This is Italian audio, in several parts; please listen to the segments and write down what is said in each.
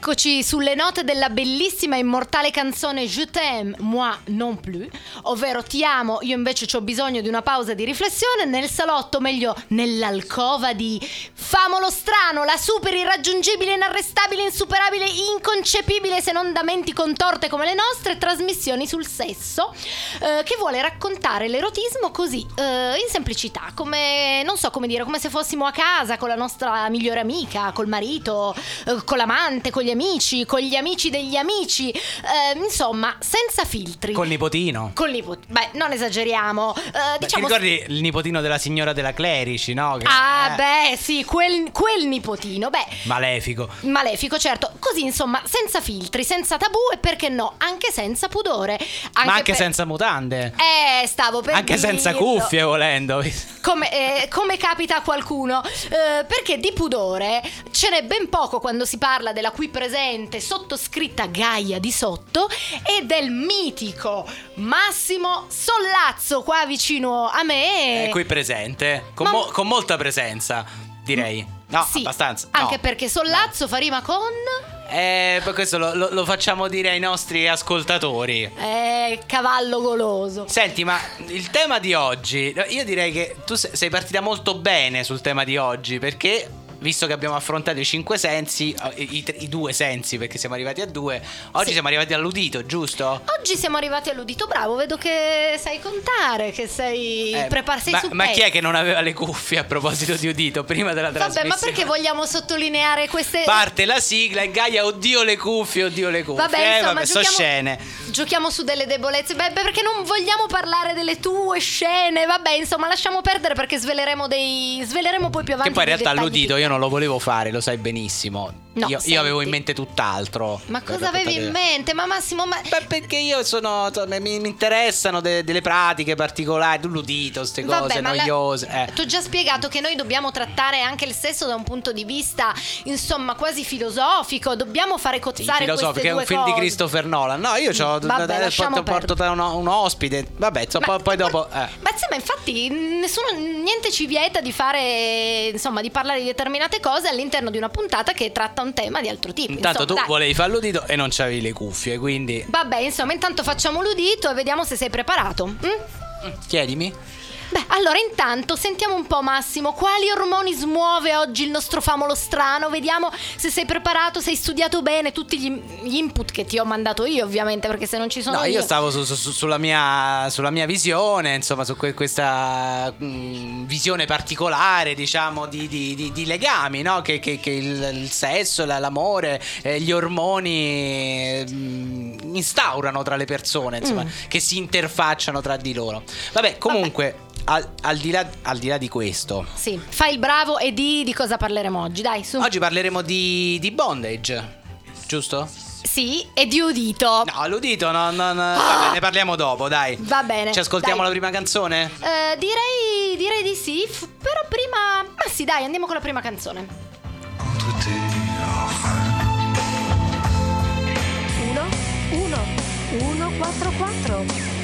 Eccoci sulle note della bellissima e immortale canzone Je t'aime, moi non plus, ovvero ti amo, io invece ho bisogno di una pausa di riflessione, nel salotto, meglio nell'alcova di Famolo Strano, la super irraggiungibile, inarrestabile, insuperabile, inconcepibile se non da menti contorte come le nostre trasmissioni sul sesso, che vuole raccontare l'erotismo così, in semplicità, come, non so come dire, come se fossimo a casa con la nostra migliore amica, col marito, con l'amante, con gli amici degli amici, insomma senza filtri, col nipotino. Beh, non esageriamo, diciamo. Ti ricordi il nipotino della signora della Clerici, no? Beh sì, quel nipotino, beh, malefico, certo. Così insomma, senza filtri, senza tabù e perché no, anche senza pudore, ma anche senza mutande, stavo per anche dirlo. senza cuffie volendo, come capita a qualcuno, perché di pudore ce n'è ben poco quando si parla della qui presente sottoscritta Gaia di Sotto e del mitico Massimo Sollazzo qua vicino a me, qui presente con molta presenza, direi. No, sì, abbastanza. Anche no. perché Sollazzo fa rima con... Per questo lo facciamo dire ai nostri ascoltatori. Cavallo goloso. Senti, ma il tema di oggi, io direi che tu sei partita molto bene sul tema di oggi, perché visto che abbiamo affrontato i 5 sensi, i 2 sensi, perché siamo arrivati a 2, oggi sì. Siamo arrivati all'udito, giusto? Oggi siamo arrivati all'udito, bravo, vedo che sai contare, che sei preparato, sei sul ma chi pezzo. è che non aveva le cuffie a proposito di udito prima della trasmissione? Vabbè, ma perché vogliamo sottolineare queste... Parte la sigla e Gaia, oddio le cuffie. Vabbè, insomma, so scene. Giochiamo su delle debolezze, perché non vogliamo parlare delle tue scene, vabbè, insomma, lasciamo perdere perché sveleremo poi più avanti. Che poi in realtà l'udito io non lo volevo fare, lo sai benissimo. No, io avevo in mente tutt'altro. Ma cosa avevi in mente? Ma Massimo, Beh, perché io mi interessano delle pratiche particolari, l'udito, queste cose noiose. Ti ho già spiegato che noi dobbiamo trattare anche il sesso da un punto di vista, insomma, quasi filosofico. Dobbiamo fare cozzare filosofico, queste due è un film cose. di Christopher Nolan. No, io porto un ospite. Vabbè, poi dopo. Ma infatti niente ci vieta di fare, insomma, di parlare di determinate cose all'interno di una puntata che tratta un tema di altro tipo. Intanto tu volevi fare l'udito e non c'avevi le cuffie, quindi. Vabbè, insomma, intanto facciamo l'udito e vediamo se sei preparato. Chiedimi. Beh, allora intanto sentiamo un po', Massimo, quali ormoni smuove oggi il nostro Famolo Strano. Vediamo se sei preparato, se hai studiato bene tutti gli input che ti ho mandato io, ovviamente, perché se non ci sono io stavo sulla mia visione, insomma, su questa visione particolare, diciamo, di legami, no? Che il sesso, l'amore, gli ormoni instaurano tra le persone, insomma, che si interfacciano tra di loro. Vabbè, comunque. Al di là di questo, sì, fai il bravo e di cosa parleremo oggi, dai, su. Oggi parleremo di bondage, giusto? Sì, e di udito. No, l'udito vabbè, ne parliamo dopo, dai. Va bene. Ci ascoltiamo la prima canzone? Direi di sì, però prima... Ma sì, dai, andiamo con la prima canzone. 1 4 4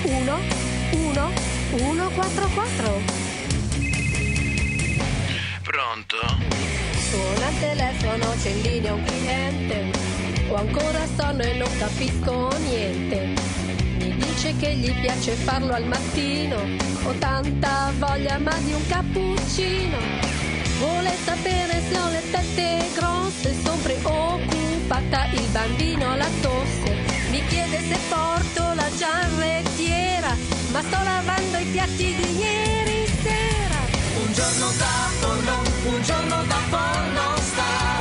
1 4 4. Pronto? Suona il telefono, c'è in linea un cliente. Ho ancora sonno e non capisco niente. Mi dice che gli piace farlo al mattino. Ho tanta voglia ma di un cappuccino. Vuole sapere se ho le tette grosse. Son preoccupata, il bambino ha la tosse. Mi chiede se porto la giarrettiera, ma sto lavando i piatti di ieri sera. Un giorno da porno star.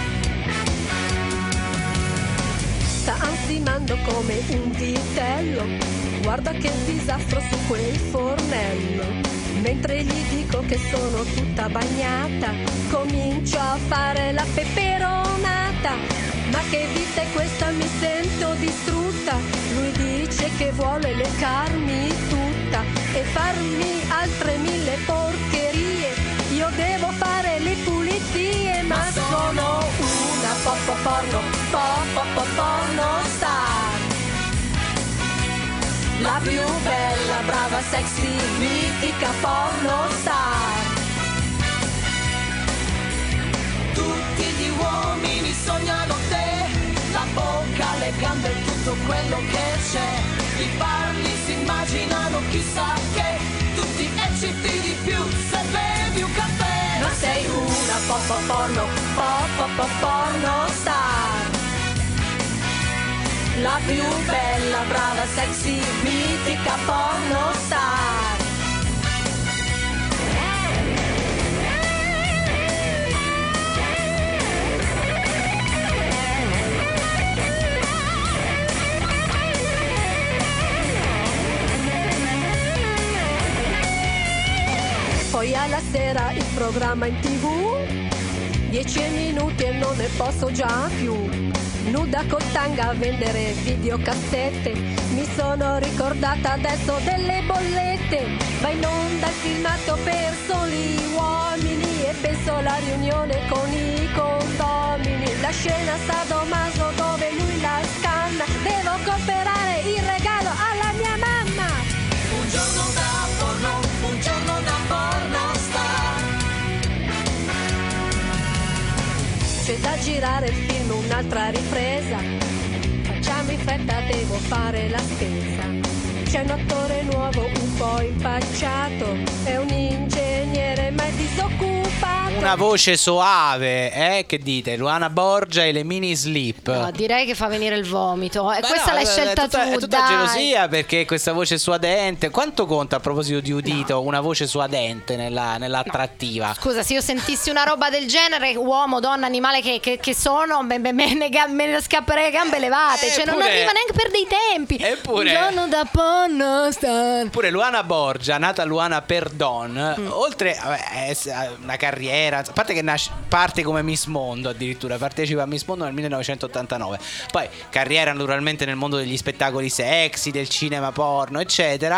Sta ansimando come un vitello. Guarda che disastro su quel fornello. Mentre gli dico che sono tutta bagnata, comincio a fare la peperonata. Ma che vita è questa, mi sento distrutta. Lui dice che vuole leccarmi tutta e farmi altre 1000 porcherie. Io devo fare le pulizie, ma sono una porno star. La più bella, brava, sexy, mitica porno star. Tutti gli uomini sognano te. le gambe tutto quello che c'è. Gli parli, si immaginano chissà che, tutti ecciti di più se bevi un caffè. Ma sei una porno star, la più bella, brava, sexy, mitica porno star. Poi alla sera il programma in TV, 10 minuti e non ne posso già più. Nuda col tanga a vendere videocassette, mi sono ricordata adesso delle bollette. Va in onda il filmato per soli uomini e penso alla riunione con i condomini. La scena sadomaso dove lui la scanna, devo comprare il regalo alla mia mamma. Un giorno da porno, un giorno da porno star. C'è da girare il film, un'altra ripresa. Facciamo in fretta, devo fare la spesa. C'è un attore nuovo un po' impacciato, è un ingegnere ma è disoccupato. Una voce soave, che dite? Luana Borgia e le mini slip. No, direi che fa venire il vomito. E Beh, questa no, l'hai scelta tu, è tutta dai. gelosia, perché questa voce suadente. Quanto conta, a proposito di udito, una voce suadente nell'attrattiva? Scusa, se io sentissi una roba del genere, uomo, donna, animale che sono, me ne scapperei a gambe levate. Cioè non arriva neanche per dei tempi. Eppure, un giorno da porno star. Pure Luana Borgia, nata Luana Perdon, oltre a una carriera, a parte che parte come Miss Mondo, addirittura partecipa a Miss Mondo nel 1989, poi carriera naturalmente nel mondo degli spettacoli sexy, del cinema porno eccetera,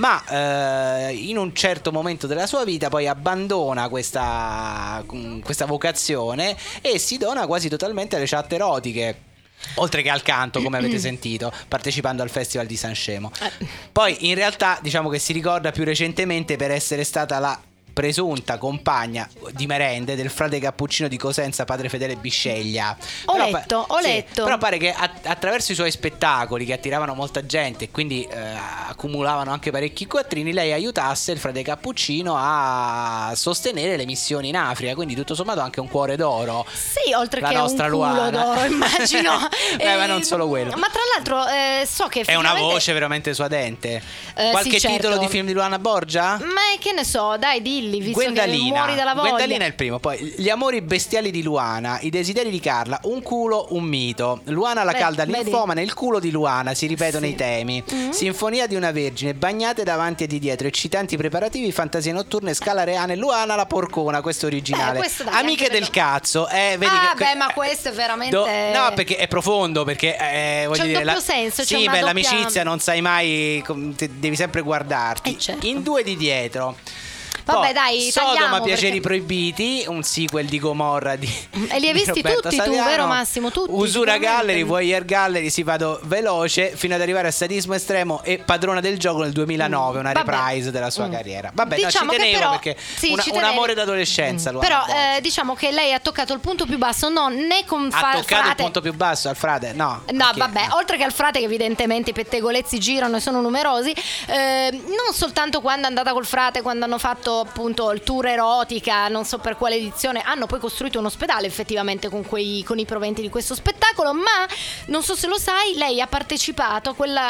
ma in un certo momento della sua vita poi abbandona questa vocazione e si dona quasi totalmente alle chat erotiche, oltre che al canto, come avete sentito, partecipando al Festival di Sanremo. Poi in realtà diciamo che si ricorda più recentemente per essere stata la presunta compagna di merende del frate cappuccino di Cosenza, padre Fedele Bisceglia. Ho letto. Però pare che attraverso i suoi spettacoli, che attiravano molta gente e quindi accumulavano anche parecchi quattrini, lei aiutasse il frate cappuccino a sostenere le missioni in Africa, quindi tutto sommato anche un cuore d'oro. Sì, oltre la che nostra un culo Luana d'oro, immagino. Ma non solo quello. Ma tra l'altro so che è una effettivamente voce veramente suadente. Qualche sì, titolo certo. di film di Luana Borgia? Ma che ne so, dai, dilli, visto che Gwendalina. muori dalla voglia. Gwendalina è il primo. Poi Gli amori bestiali di Luana, I desideri di Carla, Un culo, un mito, Luana la calda linfomane, Il culo di Luana, si ripetono i temi. Sinfonia di una vergine, Bagnate davanti e di dietro, Eccitanti preparativi, Fantasie notturne, Scala reale, Luana la porcona, questo originale. Questo dai, Amiche del cazzo, vedi ma questo è veramente no, perché è profondo, perché voglio c'è un dire, doppio senso, c'è sì, una doppia... l'amicizia non sai mai, devi sempre guardarti. Certo. In due di dietro. Vabbè, Poi, dai, Sodoma, tagliamo, piaceri perché... proibiti, un sequel di Gomorra di E li hai di visti Roberto tutti Saviano. tu, vero Massimo? Tutti. Usura sicuramente. Gallery, Voyeur Gallery, si vado veloce fino ad arrivare a Sadismo estremo e Padrona del gioco nel 2009, una reprise della sua carriera. Vabbè, diciamo no, ci tenevo però, perché sì, un amore d'adolescenza. Però diciamo che lei ha toccato il punto più basso, non né con ha toccato frate... il punto più basso al frate? No, vabbè, oltre che al frate, che evidentemente i pettegolezzi girano e sono numerosi, non soltanto quando è andata col frate, quando hanno fatto appunto il tour erotica, non so per quale edizione, hanno poi costruito un ospedale effettivamente con i proventi di questo spettacolo, ma non so se lo sai, lei ha partecipato a quella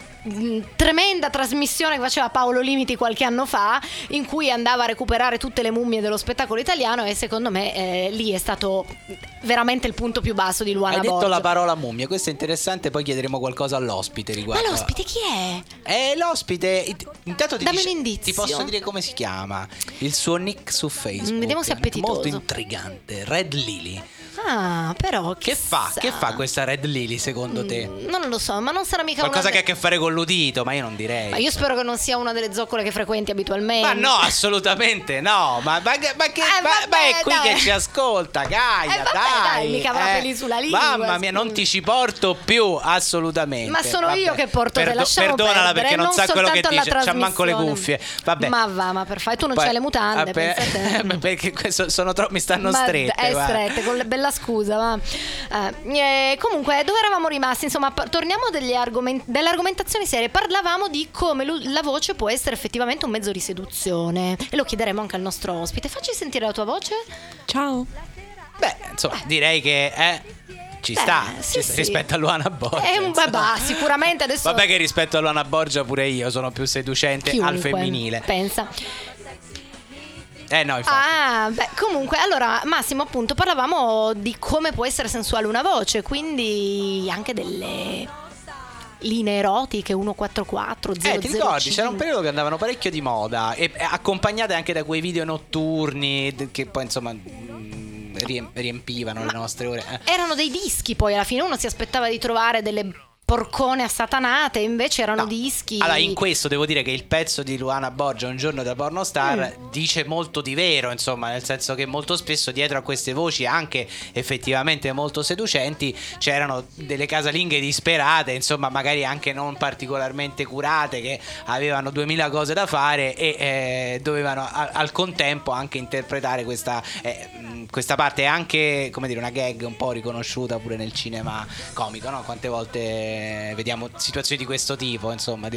tremenda trasmissione che faceva Paolo Limiti qualche anno fa, in cui andava a recuperare tutte le mummie dello spettacolo italiano, e secondo me lì è stato veramente il punto più basso di Luana Borgia. Hai detto la parola mummia, questo è interessante, poi chiederemo qualcosa all'ospite riguardo. Ma l'ospite chi è? L'ospite, intanto Dammi un indizio. ti posso dire come si chiama, il suo nick su Facebook. Vediamo se è appetitoso. Molto intrigante, Red Lily. Ah, però Che fa questa Red Lily secondo te? Non lo so, ma non sarà mica Qualcosa che ha a che fare con l'udito, ma io non direi. Ma io spero che non sia una delle zoccole che frequenti abitualmente. Ma no, assolutamente no. Ma è qui dai. che ci ascolta, Gaia, dai, mica proprio lì sulla lingua, mamma mia, non ti ci porto più, assolutamente. Ma sono io che porto te, lasciamo perdonala perdere, perché non sa quello che soltanto dice, c'ha manco le trasmissione. cuffie. Vabbè. Ma va, ma per fare, tu non Poi- c'hai le mutande, pensa te. perché mi stanno Ma strette. è guarda. strette, con le bella la scusa, va. Comunque, dove eravamo rimasti? Insomma, torniamo delle argomentazioni serie. Parlavamo di come la voce può essere effettivamente un mezzo di seduzione, e lo chiederemo anche al nostro ospite. Facci sentire la tua voce. Ciao. Beh, insomma, direi che ci sta rispetto a Luana Borgia. È un babà, sicuramente adesso. Vabbè che rispetto a Luana Borgia pure io sono più seducente al femminile. Pensa. No, infatti. Comunque, allora Massimo, appunto, parlavamo di come può essere sensuale una voce, quindi anche delle linee erotiche 144 005. Ti ricordi? C'era un periodo che andavano parecchio di moda, e accompagnate anche da quei video notturni che poi insomma riempivano le nostre ore. Erano dei dischi, poi alla fine uno si aspettava di trovare delle porcone assatanate, invece erano dischi. Allora, in questo devo dire che il pezzo di Luana Borgia, Un giorno da pornostar, dice molto di vero, insomma, nel senso che molto spesso dietro a queste voci, anche effettivamente molto seducenti, c'erano delle casalinghe disperate, insomma, magari anche non particolarmente curate, che avevano 2000 cose da fare e dovevano al contempo anche interpretare questa parte. È anche, come dire, una gag un po' riconosciuta pure nel cinema comico, no? Quante volte vediamo situazioni di questo tipo, insomma,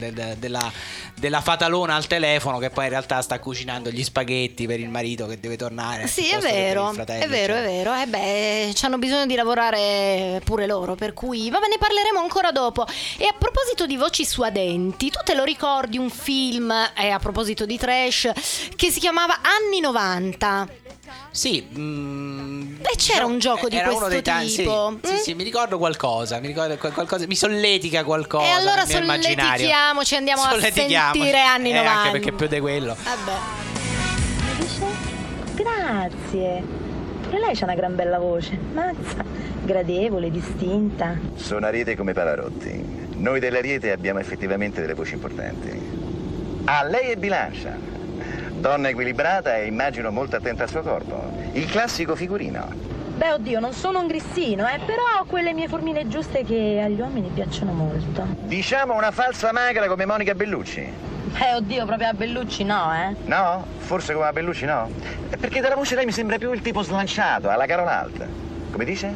della fatalona al telefono che poi in realtà sta cucinando gli spaghetti per il marito che deve tornare. Sì, è vero, è vero. C'hanno bisogno di lavorare pure loro, per cui ne parleremo ancora dopo. E a proposito di voci suadenti, tu te lo ricordi un film, a proposito di trash, che si chiamava Anni 90? Sì, c'era un gioco di questo tipo. Sì, mi ricordo qualcosa, mi solletica qualcosa. E allora nel mio solletichiamoci, andiamo a sentire Anni 90. Anche perché più di quello. Vabbè. Mi dice? Grazie. E lei c'ha una gran bella voce. Mazza, gradevole, distinta. Suonarete come Pavarotti. Noi dell'Ariete abbiamo effettivamente delle voci importanti. Lei è Bilancia. Donna equilibrata e immagino molto attenta al suo corpo. Il classico figurino. Beh, oddio, non sono un grissino, però ho quelle mie formine giuste che agli uomini piacciono molto. Diciamo una falsa magra come Monica Bellucci. Oddio, proprio a Bellucci no, No? Forse come a Bellucci no? Perché dalla voce lei mi sembra più il tipo slanciato, alla Carol Alt. Come dice?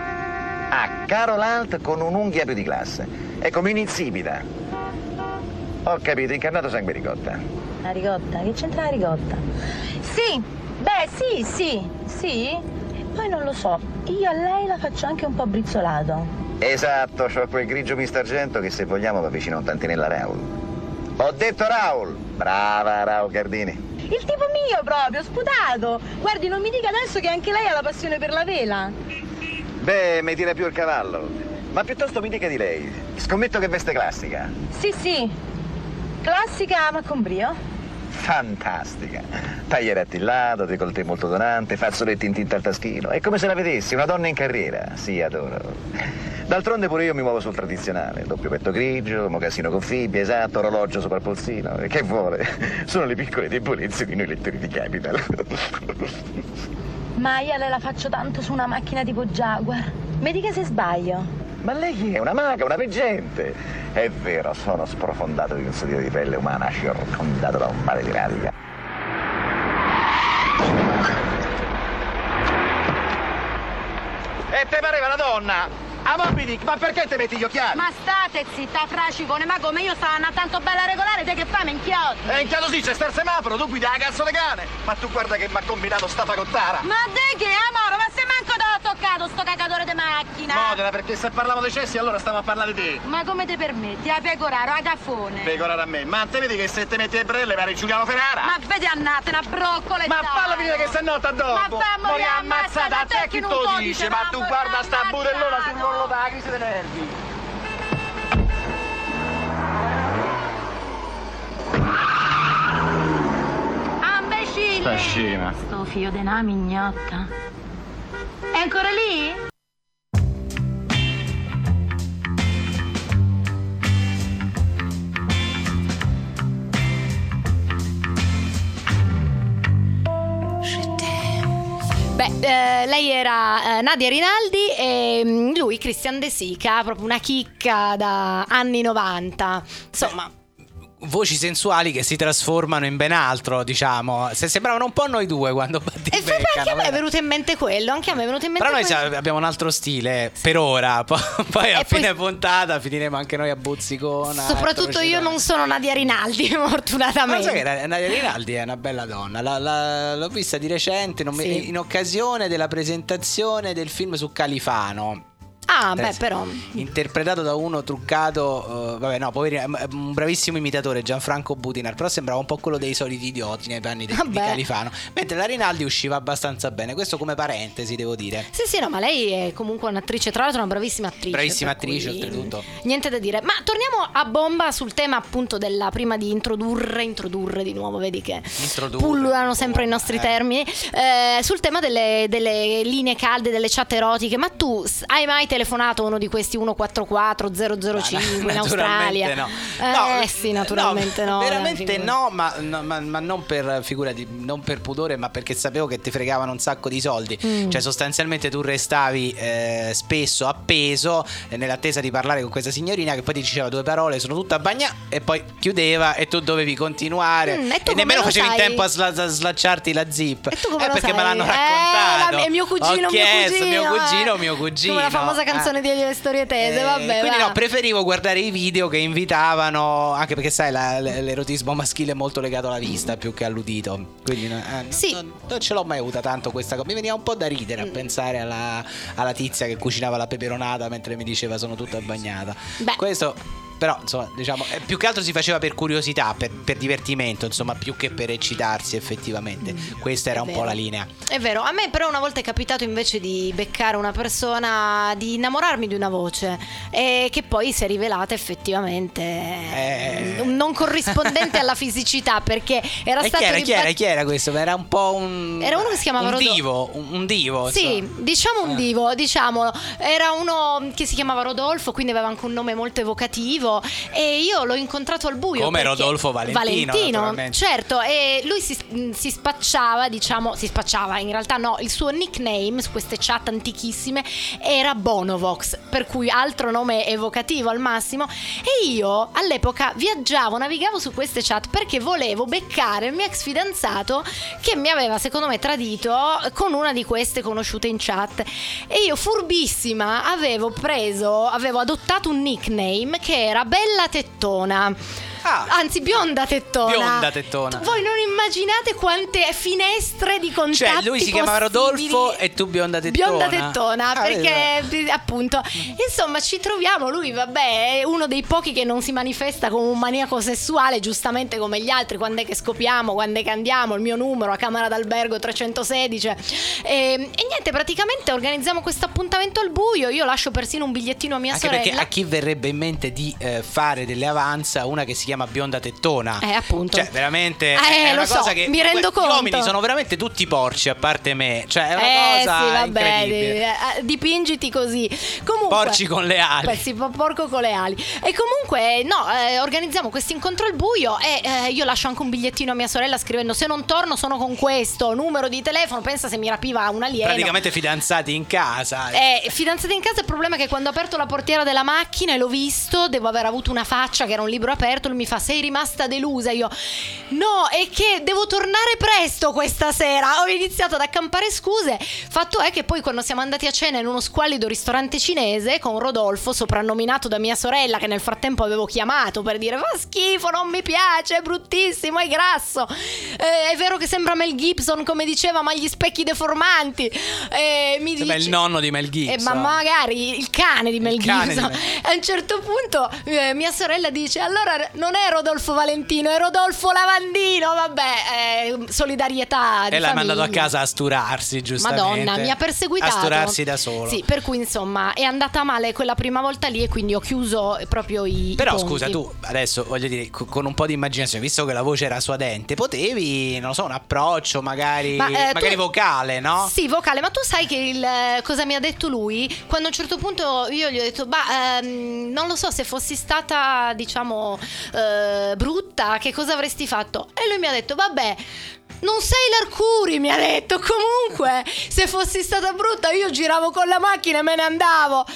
Carol Alt con un'unghia più di classe. È come un'insipida. Ho capito, incarnato sangue ricotta. La ricotta? Che c'entra la ricotta? Sì, sì. Poi non lo so, io a lei la faccio anche un po' brizzolato. Esatto, c'ho quel grigio mistargento che se vogliamo va vicino a un tantinella Raul. Ho detto Raul! Brava Raul Gardini. Il tipo mio proprio, sputato. Guardi, non mi dica adesso che anche lei ha la passione per la vela. Beh, mi tira più il cavallo. Ma piuttosto mi dica di lei. Scommetto che veste classica. Sì. Classica ma con brio. Fantastica. Tagliere attillato, décolleté molto donante, fazzoletti in tinta al taschino. È come se la vedessi, una donna in carriera. Sì, adoro. D'altronde pure io mi muovo sul tradizionale. Doppio petto grigio, mocassino con fibbia, esatto, orologio sopra il polsino. E che vuole? Sono le piccole debolezze di noi lettori di Capital. Ma io a lei la faccio tanto su una macchina tipo Jaguar. Mi dica se sbaglio. Ma lei è una maga, una veggente. È vero, sono sprofondato di un sedile di pelle umana, circondato da un mare di radica. E te pareva una donna? A Moby Dick, ma perché te metti gli occhiali? Ma state zitta, fracicone, ma come io stavo tanto bella regolare, te che fai, minchiotti? Inchiodo sì, c'è sta il semaforo, tu guidi la cazzo di cane. Ma tu guarda che m'ha combinato sta fagottara. Ma di che, amore, ma se manco te l'ho toccato sto cagatore di macchina? Modena, perché se parliamo dei cessi allora stiamo a parlare di te. Ma come ti permetti, a pecoraro, a gaffone? Pecorare a me, ma te vedi che se te metti le brelle pare Giuliano Ferrara? Ma vedi annate, una broccola. Ma fallo finire che se no t'addobbo. Ma fammi morire ammazzata a te chi te lo dice, ma tu guarda sta budellona sull'orlo della crisi dei nervi. Ambecille! Sta scema. Sto figlio di una mignotta. È ancora lì? Lei era Nadia Rinaldi e lui Christian De Sica, proprio una chicca da anni 90. Insomma, voci sensuali che si trasformano in ben altro, diciamo. Se sembravano un po' noi due quando battibeccano. E anche a me è venuto in mente quello. Anche a me è venuto in mente però quello. noi abbiamo un altro stile per ora. Poi a fine puntata finiremo anche noi a buzzicona. Soprattutto io non sono Nadia Rinaldi, fortunatamente. Ma sai che Nadia Rinaldi è una bella donna. L'ho vista di recente in occasione della presentazione del film su Califano. Ah, beh, però interpretato da uno truccato, vabbè, no, poverino, un bravissimo imitatore, Gianfranco Butinar, però sembrava un po' quello dei soliti idioti nei panni di Califano. Mentre la Rinaldi usciva abbastanza bene. Questo come parentesi, devo dire. Sì, no, ma lei è comunque un'attrice, tra l'altro una bravissima attrice. Bravissima attrice, oltretutto. Niente da dire. Ma torniamo a bomba sul tema appunto della prima di introdurre di nuovo, vedi che pullulano sempre i nostri termini. Sul tema delle linee calde, delle chat erotiche. Ma tu hai mai telefonato uno di questi 144005 in Australia? No. Sì, naturalmente no. Veramente no, ma non per figurati, non per pudore, ma perché sapevo che ti fregavano un sacco di soldi. Cioè sostanzialmente tu restavi spesso appeso nell'attesa di parlare con questa signorina che poi ti diceva 2 parole, sono tutta bagna, e poi chiudeva e tu dovevi continuare e nemmeno facevi in tempo a slacciarti la zip. E tu come lo perché sai? me l'hanno raccontato. Mio cugino, mio cugino. Come la famosa canzone di Elio e Storie Tese, vabbè. Quindi no, preferivo guardare i video che invitavano, anche perché sai l'erotismo maschile è molto legato alla vista più che all'udito. Quindi non ce l'ho mai avuta tanto questa cosa. Mi veniva un po' da ridere a pensare alla tizia che cucinava la peperonata mentre mi diceva sono tutta bagnata. Questo però insomma, diciamo, più che altro si faceva per curiosità, per divertimento, insomma, più che per eccitarsi effettivamente. Questa era un po' la linea. È vero, a me però una volta è capitato invece di beccare una persona, di innamorarmi di una voce che poi si è rivelata effettivamente non corrispondente alla fisicità, perché era stato chi era questo? Era un po' era uno che si chiamava un divo. Sì, insomma. diciamo un divo, diciamolo. Era uno che si chiamava Rodolfo, quindi aveva anche un nome molto evocativo. E io l'ho incontrato al buio come Rodolfo Valentino, certo, e lui si spacciava, diciamo, in realtà no, il suo nickname su queste chat antichissime era Bonovox, per cui altro nome evocativo al massimo. E io all'epoca navigavo su queste chat perché volevo beccare il mio ex fidanzato che mi aveva secondo me tradito con una di queste conosciute in chat. E io furbissima avevo adottato un nickname che era Bella Tettona. Anzi, bionda tettona. Voi non immaginate quante finestre di contatti. Cioè lui si chiamava Rodolfo e tu bionda tettona. Perché appunto insomma ci troviamo. Lui vabbè è uno dei pochi che non si manifesta come un maniaco sessuale, giustamente come gli altri. Quando è che scopiamo, quando è che andiamo, il mio numero a camera d'albergo 316 e niente, praticamente organizziamo questo appuntamento al buio. Io lascio persino un bigliettino a mia sorella. Perché a chi verrebbe in mente di fare delle avance a una che si chiama bionda tettona? Appunto. Cioè veramente è una cosa che mi rendo conto. Gli uomini sono veramente tutti porci a parte me. Cioè è una cosa incredibile. Dipingiti così. Comunque porci con le ali. Sì, porco con le ali. E comunque organizziamo questo incontro al buio e io lascio anche un bigliettino a mia sorella scrivendo: se non torno sono con questo numero di telefono. Pensa se mi rapiva un alieno. Praticamente fidanzati in casa. Fidanzati in casa. Il problema è che quando ho aperto la portiera della macchina e l'ho visto, devo aver avuto una faccia che era un libro aperto. Lui mi fa: sei rimasta delusa? Io: no, è che devo tornare presto questa sera. Ho iniziato ad accampare scuse. Fatto è che poi quando siamo andati a cena in uno squallido ristorante cinese con Rodolfo, soprannominato da mia sorella, che nel frattempo avevo chiamato per dire: fa schifo, non mi piace, è bruttissimo, è grasso, è vero che sembra Mel Gibson come diceva, ma gli specchi deformanti. Mi dice, il nonno di Mel Gibson, ma magari il cane di Mel Gibson. A un certo punto mia sorella dice: allora non è Rodolfo Valentino, è Rodolfo Lavandino. Vabbè, solidarietà di e l'ha famiglia. mandato a casa a sturarsi, giustamente. Madonna, mi ha perseguitato. A sturarsi da solo. Sì, per cui insomma è andata male quella prima volta lì e quindi ho chiuso proprio i Però conti. Scusa, tu adesso voglio dire, con un po' di immaginazione, visto che la voce era suadente, potevi, non lo so, un approccio magari vocale, no? Sì, vocale, ma tu sai che cosa mi ha detto lui? Quando a un certo punto io gli ho detto: non lo so, se fossi stata, diciamo, brutta, che cosa avresti fatto? E lui mi ha detto: vabbè, non sei l'Arcuri, mi ha detto. Comunque, se fossi stata brutta io giravo con la macchina e me ne andavo.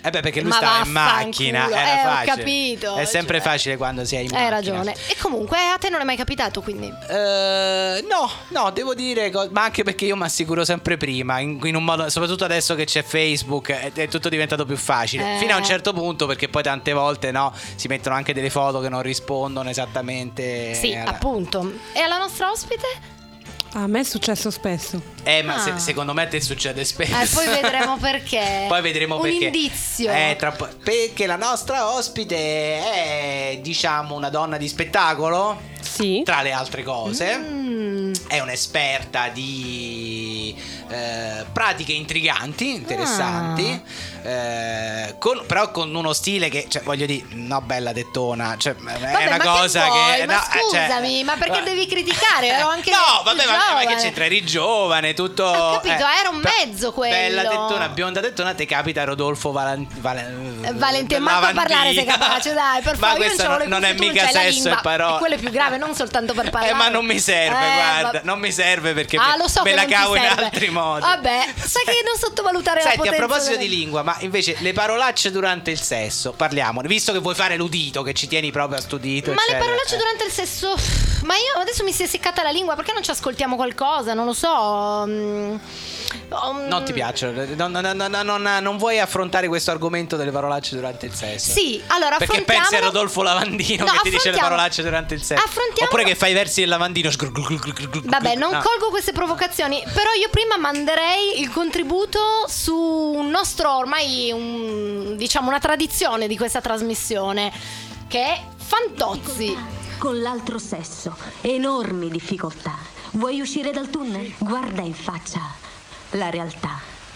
perché lui Ma stava in macchina, vaffanculo. era Ho facile. capito. È sempre facile quando si è in macchina. Hai ragione. E comunque a te non è mai capitato, quindi? No, devo dire, ma anche perché io mi assicuro sempre prima, in un modo, soprattutto adesso che c'è Facebook, è tutto diventato più facile. Fino a un certo punto, perché poi tante volte si mettono anche delle foto che non rispondono esattamente. Sì, appunto. E alla nostra ospite? A me è successo spesso. Ma secondo me a te succede spesso. Poi vedremo perché. Poi vedremo un perché. indizio. Perché la nostra ospite è, diciamo, una donna di spettacolo. Sì. Tra le altre cose. È un'esperta di pratiche intriganti, interessanti. Però con uno stile che, cioè, voglio dire, no, bella tettona. Cioè, è una cosa che. Ma scusami, ma perché devi criticare? Ero anche ma che c'entra? Eri giovane, tutto. Ho capito, era un mezzo quello. Bella tettona, bionda tettona, te capita Rodolfo Valentina, manco a parlare sei capace, dai, per favore. Ma questo non è mica sesso e parole. E quello è più grave, non soltanto per parlare. Ma non mi serve, guarda, non mi serve perché lo so, me la cavo in serve. altri modi. Vabbè, sai che non sottovalutare la potenza. Senti, a proposito di lingua, ma invece le parolacce durante il sesso, parliamone, visto che vuoi fare l'udito, che ci tieni proprio a studito. Ma eccetera. Le parolacce durante il sesso, ma io adesso mi si è seccata la lingua, perché non ci ascoltiamo qualcosa? Non lo so. Non ti piacciono? Non vuoi affrontare questo argomento delle parolacce durante il sesso? Sì, allora perché pensi a Rodolfo Lavandino che ti dice le parolacce durante il sesso? Oppure che fai i versi del lavandino. Vabbè, non colgo queste provocazioni, però io prima manderei il contributo su un nostro, ormai diciamo una tradizione di questa trasmissione, che è Fantozzi. Con l'altro sesso, enormi difficoltà. Vuoi uscire dal tunnel? Guarda in faccia la realtà.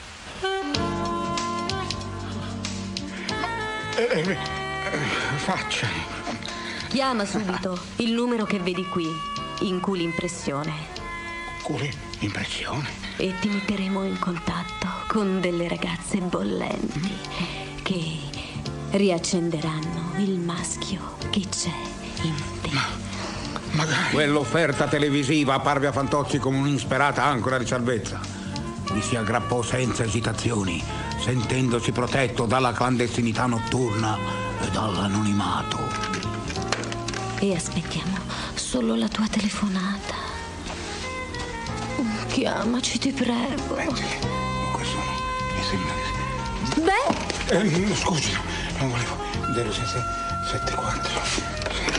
Faccia. Chiama subito il numero che vedi qui, in Culimpressione. Culimpressione? E ti metteremo in contatto con delle ragazze bollenti che riaccenderanno il maschio che c'è in te. Magari. Quell'offerta televisiva apparve a Fantozzi come un'insperata ancora di salvezza. Vi si aggrappò senza esitazioni, sentendosi protetto dalla clandestinità notturna e dall'anonimato. E aspettiamo solo la tua telefonata. Chiamaci, ti prego. Questo mi sembra che... Beh! Scusi, non volevo... 06774.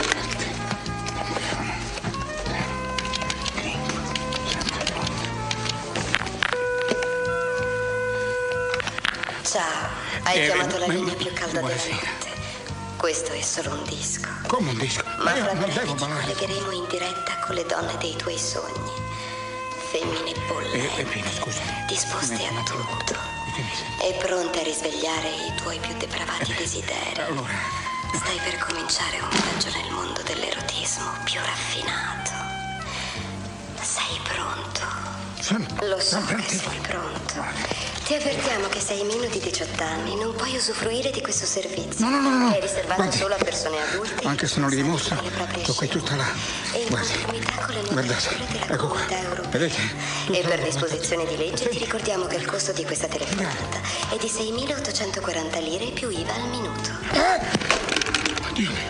Ciao, hai chiamato la linea più calda della notte. Questo è solo un disco. Come un disco? Ma fra breve ci collegheremo in diretta con le donne dei tuoi sogni. Femmine bollenti, disposte a tutto e pronte a risvegliare i tuoi più depravati desideri. Stai per cominciare un viaggio nel mondo dell'erotismo più raffinato. Sei pronto? Lo so che sei pronto. Ti avvertiamo che se hai meno di 18 anni non puoi usufruire di questo servizio. No. È riservato solo a persone adulte. Anche se non li dimostra, tocca tutta la... Guardate, ecco qua. Vedete? E per disposizione di legge ti ricordiamo che il costo di questa telefonata è di 6.840 lire più IVA al minuto. Dio mio.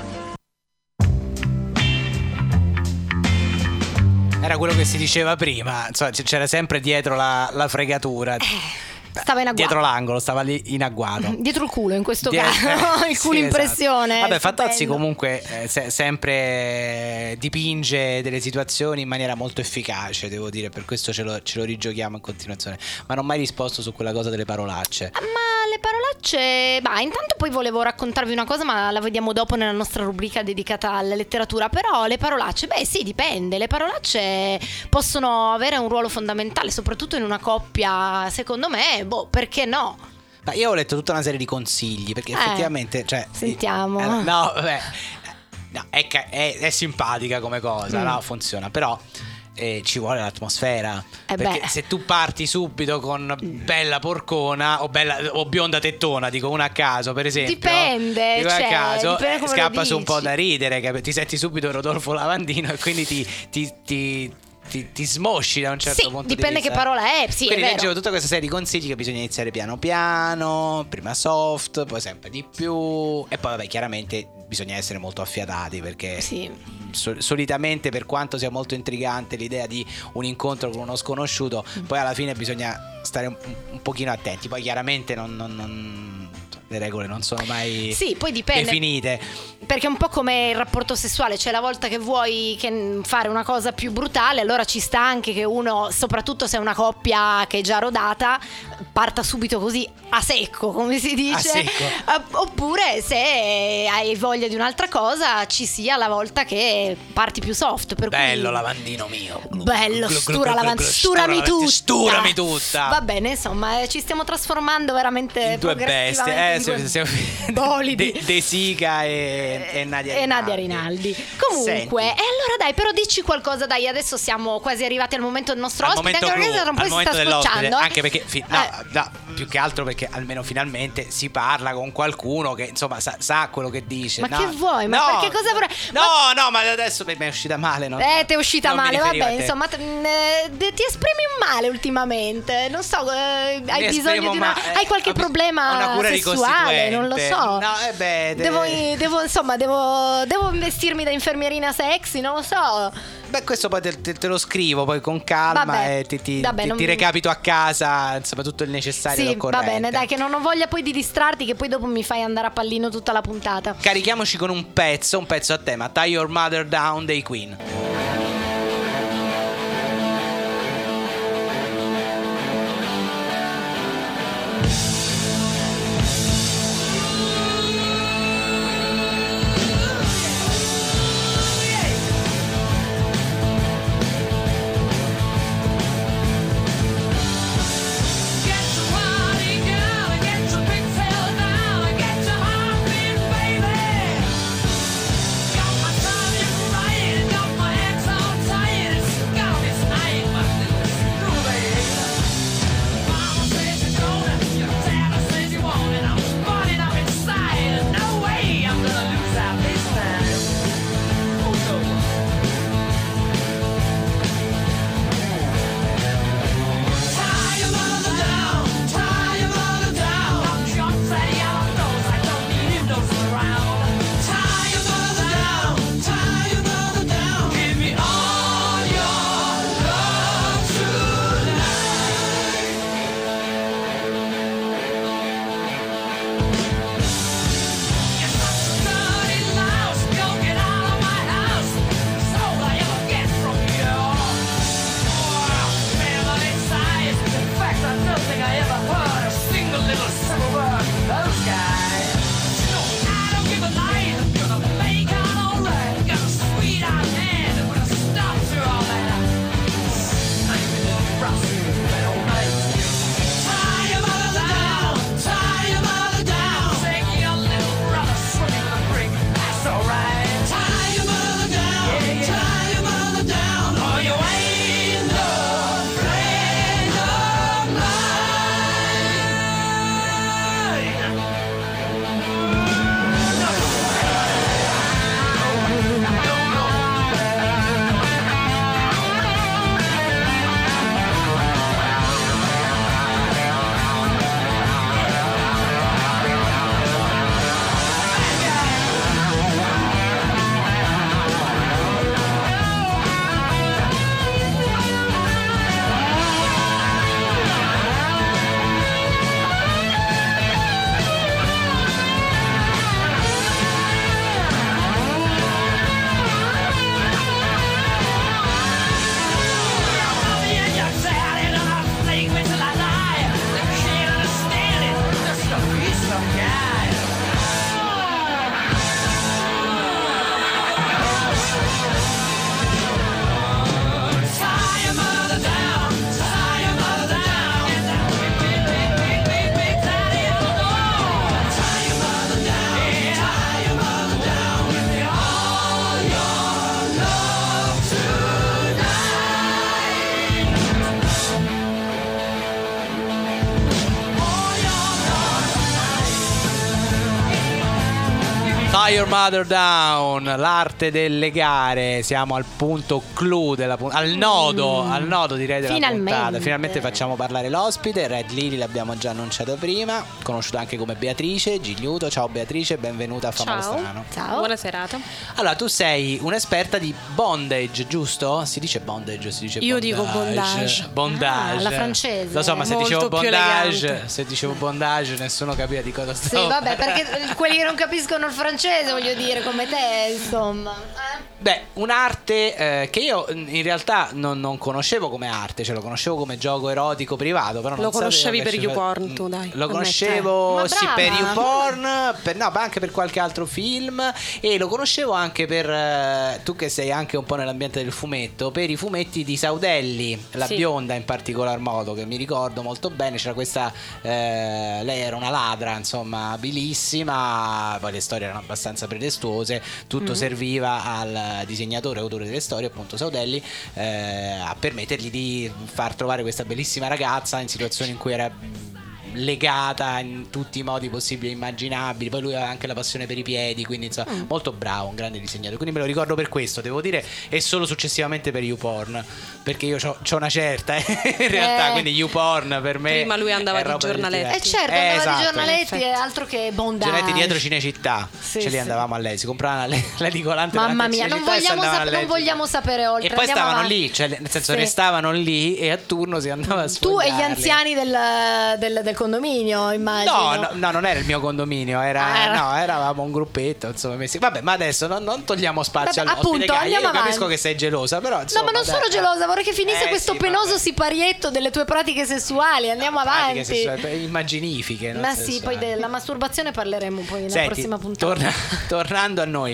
Era quello che si diceva prima, insomma, c'era sempre dietro la fregatura. Stava in agguato. Dietro l'angolo, stava lì in agguato. Dietro il culo in questo caso. Il culo impressione. Vabbè, Fantozzi comunque sempre dipinge delle situazioni in maniera molto efficace, devo dire, per questo ce lo rigiochiamo in continuazione. Ma non ho mai risposto su quella cosa delle parolacce. Ma le parolacce, intanto poi volevo raccontarvi una cosa, ma la vediamo dopo nella nostra rubrica dedicata alla letteratura. Però le parolacce, sì, dipende. Le parolacce possono avere un ruolo fondamentale, soprattutto in una coppia, secondo me. Perché no? Ma io ho letto tutta una serie di consigli, perché effettivamente, sentiamo. No, vabbè. No, è simpatica come cosa, no? Funziona, però ci vuole l'atmosfera. Perché se tu parti subito con bella porcona o bionda tettona, dico una a caso, per esempio. Dipende, dico a caso, dipende come scappa lo su un po' dici. da ridere, ti senti subito Rodolfo Lavandino e quindi ti ti smosci da un certo punto di vista. Dipende che parola è. Sì, quindi è vero. leggevo tutta questa serie di consigli che bisogna iniziare piano piano, prima soft, poi sempre di più, e poi vabbè, chiaramente bisogna essere molto affiatati, perché solitamente, per quanto sia molto intrigante l'idea di un incontro con uno sconosciuto, poi alla fine bisogna stare un pochino attenti. Poi chiaramente le regole non sono mai poi dipende, definite, perché è un po' come il rapporto sessuale, cioè la volta che vuoi fare una cosa più brutale, allora ci sta anche che uno, soprattutto se è una coppia che è già rodata, parta subito così a secco, come si dice, oppure se hai voglia di un'altra cosa ci sia la volta che parti più soft, per bello cui... lavandino mio, bello, sturami tutta. Va bene, insomma, ci stiamo trasformando veramente in due bestie, bolidi. De Sica e Nadia Rinaldi. Comunque, e allora dai, però dici qualcosa, dai, adesso siamo quasi arrivati al momento del nostro ospite, anche perché tra un po' si sta scocciando. Anche perché più che altro perché almeno finalmente si parla con qualcuno che insomma sa quello che dice. Ma che vuoi? Ma perché cosa vorrei? No, ma adesso mi è uscita male, no? Ti è uscita male, vabbè, insomma, ti esprimi male ultimamente. Non so, hai bisogno di hai qualche problema sessuale, non lo so. No, devo investirmi da infermierina sexy, non lo so. Beh, questo poi te lo scrivo poi con calma. Vabbè, e ti recapito a casa, insomma, tutto il necessario e occorrente. Va bene, dai, che non ho voglia poi di distrarti, che poi dopo mi fai andare a pallino tutta la puntata. Carichiamoci con un pezzo a tema, Tie Your Mother Down dei Queen. Got my Tie Your Mother Down, l'arte del legare. Siamo al punto clou della al nodo direi della puntata. Finalmente facciamo parlare l'ospite. Red Lily l'abbiamo già annunciato prima, conosciuta anche come Beatrice Gigliuto. Ciao Beatrice, benvenuta a Famalo Strano. Ciao. Buona serata. Allora, tu sei un'esperta di bondage, giusto? Si dice bondage o si dice Io bondage? dico bondage. Bondage. La francese. Lo so, ma se Molto dicevo bondage nessuno capiva di cosa stavo. Sì, vabbè, perché quelli che non capiscono il francese, voglio dire, come te, insomma. Beh, un'arte che io in realtà non conoscevo come arte, cioè lo conoscevo come gioco erotico privato, però non lo conoscevi per sapevo YouPorn, tu dai. Lo conoscevo sì brava. per YouPorn, ma anche per qualche altro film, e lo conoscevo anche per tu che sei anche un po' nell'ambiente del fumetto, per i fumetti di Saudelli, la bionda in particolar modo, che mi ricordo molto bene. C'era questa lei era una ladra, insomma, abilissima, poi le storie erano abbastanza pretestuose, tutto serviva al disegnatore, autore delle storie, appunto Saudelli, a permettergli di far trovare questa bellissima ragazza in situazioni in cui era legata in tutti i modi possibili e immaginabili. Poi lui aveva anche la passione per i piedi, quindi insomma molto bravo, un grande disegnatore, quindi me lo ricordo per questo, devo dire, e solo successivamente per YouPorn, perché io c'ho una certa in realtà, quindi YouPorn per me prima lui andava di giornaletti. Certo, andava esatto, di giornaletti e altro che bondage. Giornaletti dietro Cinecittà, ce li andavamo a lei, si compravano l'edicolante. Mamma mia, non vogliamo sapere oltre. E poi stavano lì, cioè nel senso restavano lì e a turno si andava a sfogliarli. Tu e gli anziani del condominio, immagino. No, non era il mio condominio, eravamo un gruppetto, insomma, messi. Vabbè, ma adesso non togliamo spazio all'ospite. Io capisco che sei gelosa, però insomma, no, ma non sono gelosa, vorrei che finisse questo penoso siparietto delle tue pratiche sessuali. Andiamo avanti. Immaginifiche, ma sì, poi della masturbazione parleremo poi nella prossima puntata. Tornando a noi,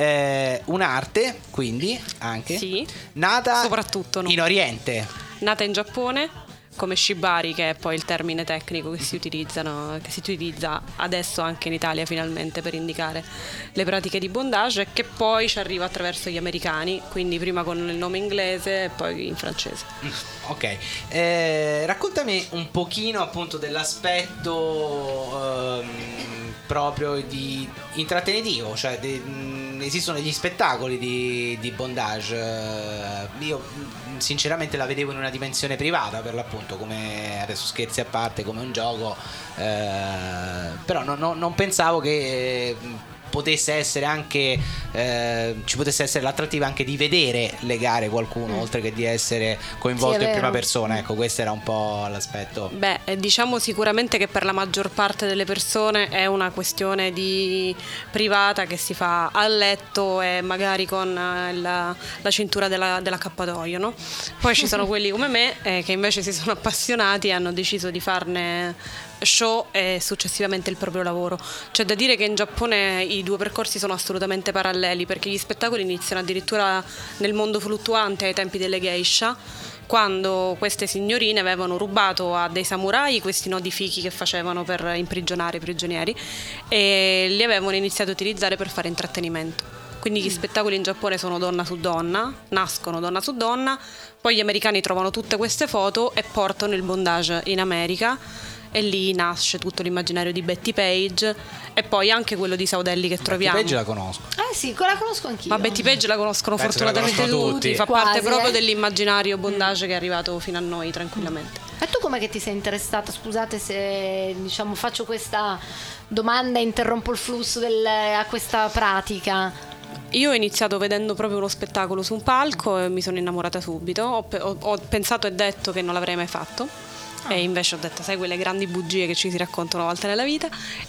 un'arte, quindi anche nata soprattutto in Oriente, nata in Giappone come shibari, che è poi il termine tecnico che si utilizza adesso anche in Italia finalmente per indicare le pratiche di bondage, e che poi ci arriva attraverso gli americani, quindi prima con il nome inglese e poi in francese. Ok, raccontami un pochino appunto dell'aspetto proprio di intrattenitivo, cioè esistono degli spettacoli di bondage. Io sinceramente la vedevo in una dimensione privata, per l'appunto, come, adesso scherzi a parte, come un gioco, però non pensavo che potesse essere anche ci potesse essere l'attrattiva anche di vedere legare qualcuno oltre che di essere coinvolto in prima persona. Ecco, questo era un po' l'aspetto. Beh, diciamo sicuramente che per la maggior parte delle persone è una questione di privata che si fa a letto e magari con la cintura dell'accappatoio, no? Poi ci sono quelli come me che invece si sono appassionati e hanno deciso di farne show e successivamente il proprio lavoro. C'è da dire che in Giappone i due percorsi sono assolutamente paralleli, perché gli spettacoli iniziano addirittura nel mondo fluttuante ai tempi delle geisha, quando queste signorine avevano rubato a dei samurai questi nodi fichi che facevano per imprigionare i prigionieri e li avevano iniziato a utilizzare per fare intrattenimento. Quindi gli spettacoli in Giappone sono donna su donna, nascono donna su donna, poi gli americani trovano tutte queste foto e portano il bondage in America, e lì nasce tutto l'immaginario di Betty Page e poi anche quello di Saudelli che troviamo. Betty Page la conosco. Sì, la conosco anch'io. Ma Betty Page la conoscono fortunatamente tutti. Fa parte proprio dell'immaginario bondage che è arrivato fino a noi tranquillamente. E tu com'è che ti sei interessata? Scusate se faccio questa domanda e interrompo il flusso a questa pratica. Io ho iniziato vedendo proprio uno spettacolo su un palco e mi sono innamorata subito. Ho pensato e detto che non l'avrei mai fatto. E invece ho detto, sai, quelle grandi bugie che ci si raccontano una volta nella vita,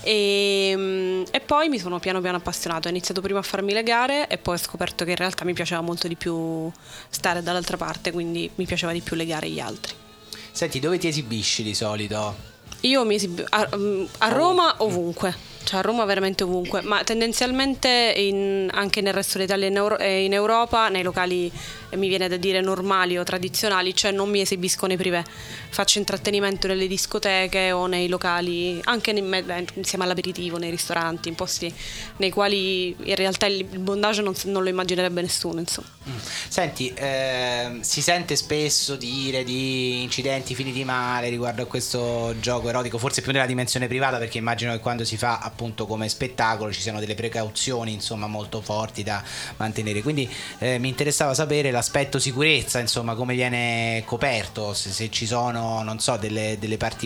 e poi mi sono piano piano appassionato. Ho iniziato prima a farmi legare e poi ho scoperto che in realtà mi piaceva molto di più stare dall'altra parte, quindi mi piaceva di più legare gli altri. Senti, dove ti esibisci di solito? Io mi esibisco a Roma ovunque, cioè a Roma veramente ovunque, ma tendenzialmente anche nel resto d'Italia e in Europa, nei locali mi viene da dire normali o tradizionali, cioè non mi esibisco nei privé, faccio intrattenimento nelle discoteche o nei locali, anche insieme all'aperitivo, nei ristoranti, in posti nei quali in realtà il bondage non lo immaginerebbe nessuno, insomma. Senti, si sente spesso dire di incidenti finiti male riguardo a questo gioco erotico, forse più nella dimensione privata, perché immagino che quando si fa appunto come spettacolo ci siano delle precauzioni insomma molto forti da mantenere, quindi mi interessava sapere l'aspetto sicurezza, insomma come viene coperto, se ci sono, non so, delle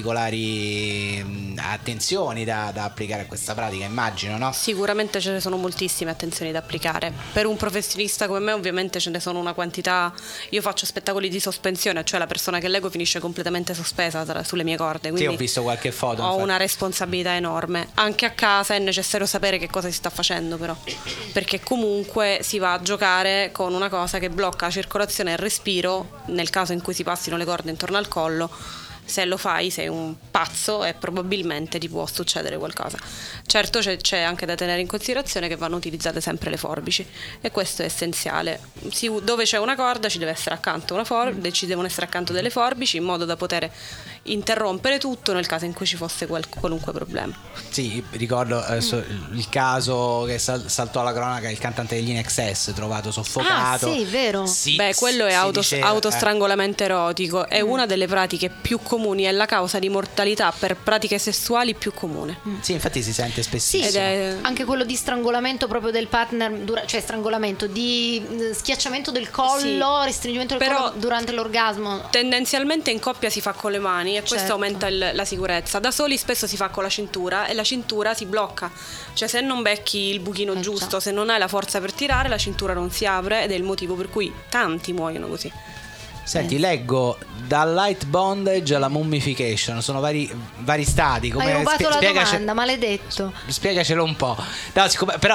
particolari attenzioni da applicare a questa pratica, immagino, no? Sicuramente ce ne sono moltissime attenzioni da applicare. Per un professionista come me ovviamente ce ne sono una quantità. Io faccio spettacoli di sospensione, cioè la persona che leggo finisce completamente sospesa sulle mie corde, quindi sì, ho visto qualche foto, ho infatti una responsabilità enorme. Anche a casa è necessario sapere che cosa si sta facendo, però, perché comunque si va a giocare con una cosa che blocca la circolazione e il respiro nel caso in cui si passino le corde intorno al collo. Se lo fai sei un pazzo e probabilmente ti può succedere qualcosa. Certo c'è anche da tenere in considerazione che vanno utilizzate sempre le forbici, e questo è essenziale. Dove c'è una corda ci deve essere accanto ci devono essere accanto delle forbici, in modo da poter interrompere tutto nel caso in cui ci fosse qualunque problema. Sì, ricordo il caso che saltò alla cronaca, il cantante degli INXS trovato soffocato. Ah sì, vero. Sì, beh, quello è autostrangolamento erotico, è una delle pratiche più comuni, è la causa di mortalità per pratiche sessuali più comune. Sì, infatti si sente spessissimo. Sì, anche quello di strangolamento proprio del partner, cioè strangolamento, di schiacciamento del collo, sì, restringimento del collo durante l'orgasmo. Tendenzialmente in coppia si fa con le mani, e questo aumenta la sicurezza. Da soli spesso si fa con la cintura, e la cintura si blocca, cioè se non becchi il buchino giusto, se non hai la forza per tirare, la cintura non si apre, ed è il motivo per cui tanti muoiono così. Senti, leggo dal light bondage alla mummification, sono vari stadi. Come hai rubato la domanda, maledetto. Spiegacelo un po'. No,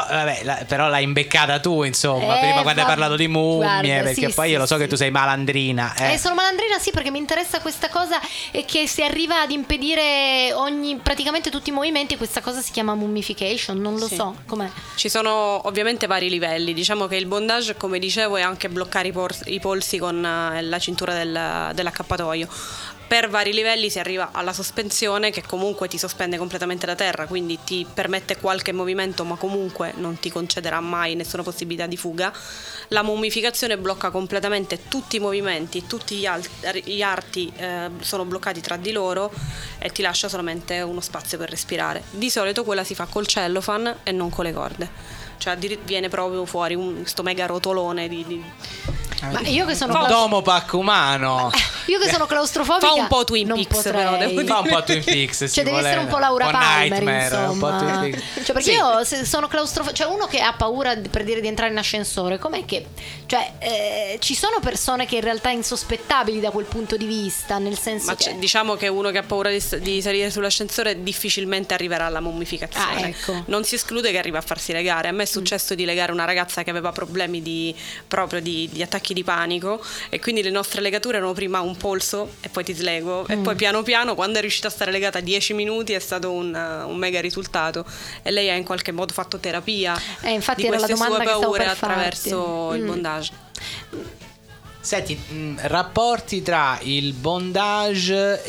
però l'hai imbeccata tu, insomma, prima quando hai parlato di mummie, guarda, perché poi io lo so che tu sei malandrina. Sono malandrina, sì, perché mi interessa questa cosa, e che si arriva ad impedire praticamente tutti i movimenti. Questa cosa si chiama mummification, non lo so com'è. Ci sono ovviamente vari livelli. Diciamo che il bondage, come dicevo, è anche bloccare i polsi con la cintura dell'accappatoio. Per vari livelli si arriva alla sospensione, che comunque ti sospende completamente da terra, quindi ti permette qualche movimento, ma comunque non ti concederà mai nessuna possibilità di fuga. La mummificazione blocca completamente tutti i movimenti, tutti gli arti sono bloccati tra di loro, e ti lascia solamente uno spazio per respirare. Di solito quella si fa col cellophane e non con le corde, cioè viene proprio fuori sto mega rotolone Ma io che sono Domopac umano. Io che sono claustrofobica. Fa un po' Twin Peaks, però devo dire. Fa un po' Twin Peaks. Cioè devi essere un po' Laura Palmer, insomma. Cioè perché io sono claustrofobica, cioè uno che ha paura, per dire, di entrare in ascensore, com'è che, cioè ci sono persone che in realtà insospettabili da quel punto di vista, nel senso che diciamo che uno che ha paura di salire sull'ascensore difficilmente arriverà alla mummificazione. Ecco. Non si esclude che arriva a farsi legare. A me è successo di legare una ragazza che aveva problemi di attacchi di panico, e quindi le nostre legature erano prima un polso e poi ti slego, e poi piano piano, quando è riuscita a stare legata 10 minuti, è stato un mega risultato, e lei ha in qualche modo fatto terapia infatti di era queste la domanda sue paure che attraverso il bondage. Senti, rapporti tra il bondage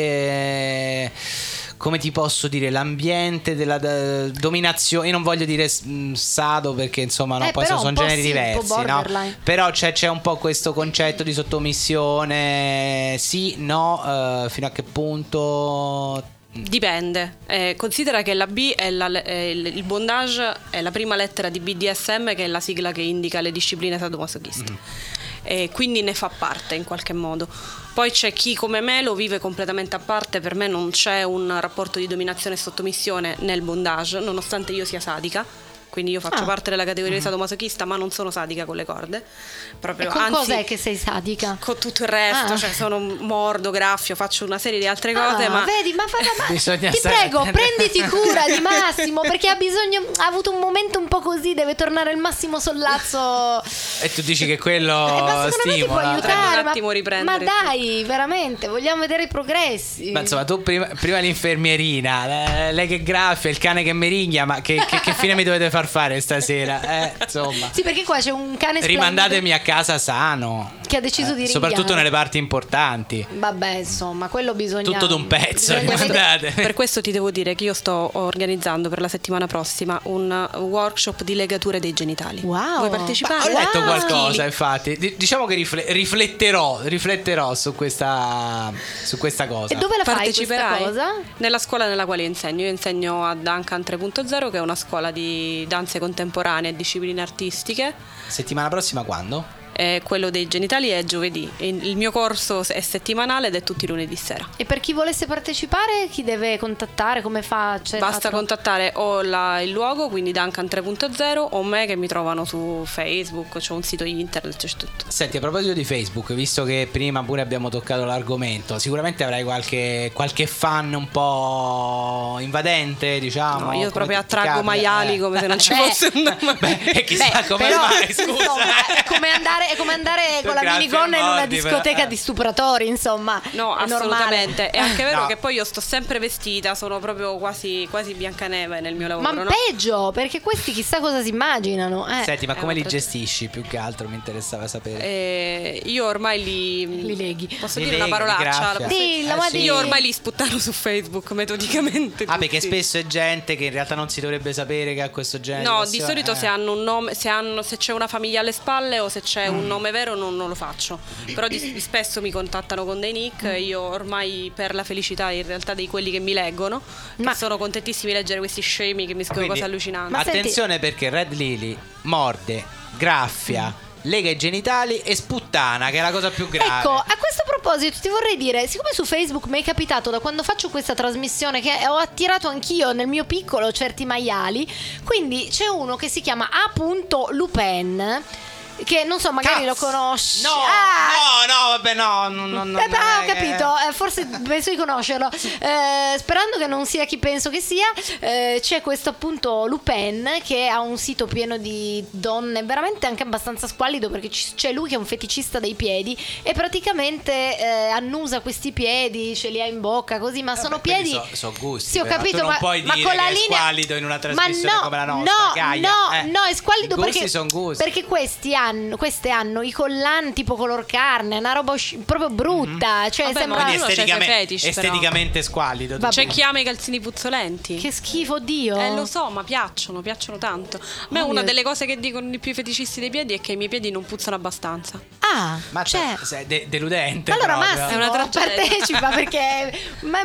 e come ti posso dire, l'ambiente della dominazione. Io non voglio dire sado, perché insomma poi sono generi diversi, no? Però c'è un po' questo concetto di sottomissione, sì, no, fino a che punto? Dipende. Considera che la B è il bondage è la prima lettera di BDSM, che è la sigla che indica le discipline sadomasochiste. Quindi ne fa parte in qualche modo. Poi c'è chi come me lo vive completamente a parte. Per me non c'è un rapporto di dominazione e sottomissione nel bondage, nonostante io sia sadica. Quindi io faccio parte della categoria di sadomasochista, ma non sono sadica con le corde. Proprio, e con cos'è che sei sadica? Con tutto il resto, cioè sono mordo, graffio, faccio una serie di altre cose, ma vedi, ma ti prego, prenditi cura di Massimo, perché ha avuto un momento un po' così, deve tornare il massimo sollazzo. E tu dici che quello stimola? Ti può aiutare, un attimo riprendere. Ma dai, veramente, vogliamo vedere i progressi. Ma insomma, tu prima l'infermierina, lei che graffia, il cane che meriglia, ma che fine mi dovete far far fare stasera? Insomma. Sì, perché qua c'è un cane splendido Rimandatemi a casa sano. che ha deciso di rinviare. Soprattutto nelle parti importanti. Vabbè, insomma, quello bisogna. Tutto d'un pezzo. Per questo ti devo dire che io sto organizzando per la settimana prossima un workshop di legature dei genitali. Wow. Vuoi partecipare? Ho letto qualcosa, infatti. Diciamo che rifletterò su questa cosa. E dove la fai questa Parteciperai cosa? nella scuola nella quale insegno. Io insegno a Duncan 3.0, che è una scuola di danze contemporanee e discipline artistiche. Settimana prossima quando? Quello dei genitali è giovedì. Il mio corso è settimanale ed è tutti i lunedì sera. E per chi volesse partecipare, chi deve contattare? Come fa? Basta contattare o il luogo, quindi Duncan 3.0, o me, che mi trovano su Facebook, c'ho un sito internet, c'è tutto. Senti, a proposito di Facebook, visto che prima pure abbiamo toccato l'argomento, sicuramente avrai qualche fan un po' invadente, diciamo. No, io proprio attraggo maiali come se non ci fosse un e chissà come mai, scusa. Insomma, è come andare con la minigonna in una discoteca di stupratori, insomma. No, è assolutamente. normale. È anche vero che poi io sto sempre vestita, sono proprio quasi Biancaneve nel mio lavoro. Ma peggio, perché questi chissà cosa si immaginano. Senti, ma come li gestisci? Più che altro mi interessava sapere. Io ormai li leghi. Posso dire una parolaccia? Sì. Io ormai li sputtano su Facebook metodicamente. Perché spesso è gente che in realtà non si dovrebbe sapere che ha questo genere. No, di solito se hanno un nome, se c'è una famiglia alle spalle o se c'è un nome vero non lo faccio. Però spesso mi contattano con dei nick. Io ormai, per la felicità in realtà di quelli che mi leggono, che sono contentissimi di leggere questi scemi che mi scrivono cose allucinanti. Attenzione, perché Red Lily morde, graffia, lega i genitali e sputtana, che è la cosa più grave. Ecco, a questo proposito ti vorrei dire, siccome su Facebook mi è capitato da quando faccio questa trasmissione che ho attirato anch'io nel mio piccolo certi maiali, quindi c'è uno che si chiama A.Lupin, che non so, magari lo conosci. No, vabbè, no. Ho capito, forse penso di conoscerlo. Sperando che non sia chi penso che sia, c'è questo appunto Lupin che ha un sito pieno di donne, veramente anche abbastanza squallido, perché c'è lui che è un feticista dei piedi e praticamente annusa questi piedi, ce li ha in bocca così, ma sono piedi. Sono gusti. Sì, ho capito, tu non puoi dire con la che linea... è squallido in una trasmissione come la nostra. No, è squallido gusti perché queste hanno i collanti tipo color carne, una roba proprio brutta, cioè sembra esteticamente squallido. C'è chi ama i calzini puzzolenti. Che schifo, Dio. Lo so, ma piacciono tanto. A me una delle cose che dicono i più feticisti dei piedi è che i miei piedi non puzzano abbastanza. Ma sei deludente. Allora proprio. Massimo, è una tragedia. partecipa perché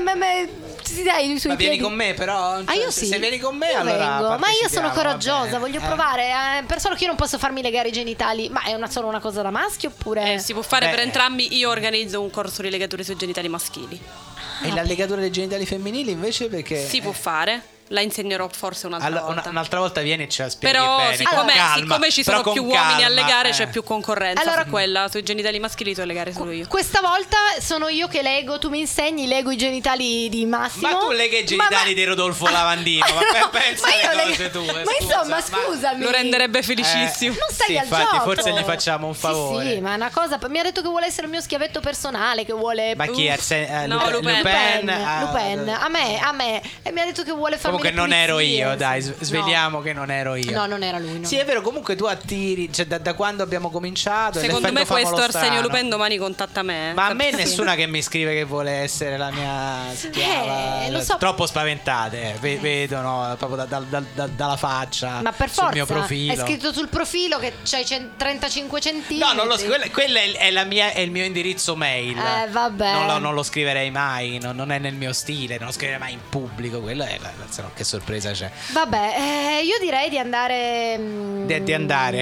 ti dai sui ma piedi. vieni con me però? Io sì. Se vieni con me io allora vengo. Ma io sono coraggiosa, bene. voglio provare. Per solo che io non posso farmi legare i genitali. Ma è solo una cosa da maschio oppure? Si può fare per entrambi. Io organizzo un corso di legature sui genitali maschili. E la legatura dei genitali femminili invece perché? Si può fare. La insegnerò forse un'altra volta. Un'altra volta vieni e ce la spieghi però bene. Siccome ci sono più uomini a legare, c'è più concorrenza. Allora, su quella sui genitali maschili tu a legare solo io. Questa volta sono io che lego, tu mi insegni, lego i genitali di Massimo. Ma tu lega i genitali di Rodolfo Lavandino. Ma pensa alle cose tue. Ma insomma, scusami. Lo renderebbe felicissimo. Non stai al infatti, gioco. forse gli facciamo un favore. Sì, ma è una cosa. Mi ha detto che vuole essere il mio schiavetto personale, che vuole. Ma chi è? Lupin. A me. E mi ha detto che vuole farmi. Comunque non ero io. Dai, sveliamo che non ero io. No, non era lui. No. Sì, è vero, comunque tu attiri, cioè da quando abbiamo cominciato. Secondo me questo Arsenio Lupin domani contatta me. Ma a me nessuna che mi scrive che vuole essere la mia schiava. Lo so. Troppo spaventate, vedono proprio dalla faccia. Ma per sul forza mio profilo. è scritto sul profilo che c'hai 35 centimetri. No, non lo quello è il mio indirizzo mail. Vabbè. Non lo scriverei mai, non è nel mio stile, non lo scriverei mai in pubblico. Quello è che sorpresa c'è. Vabbè, io direi di andare. Di andare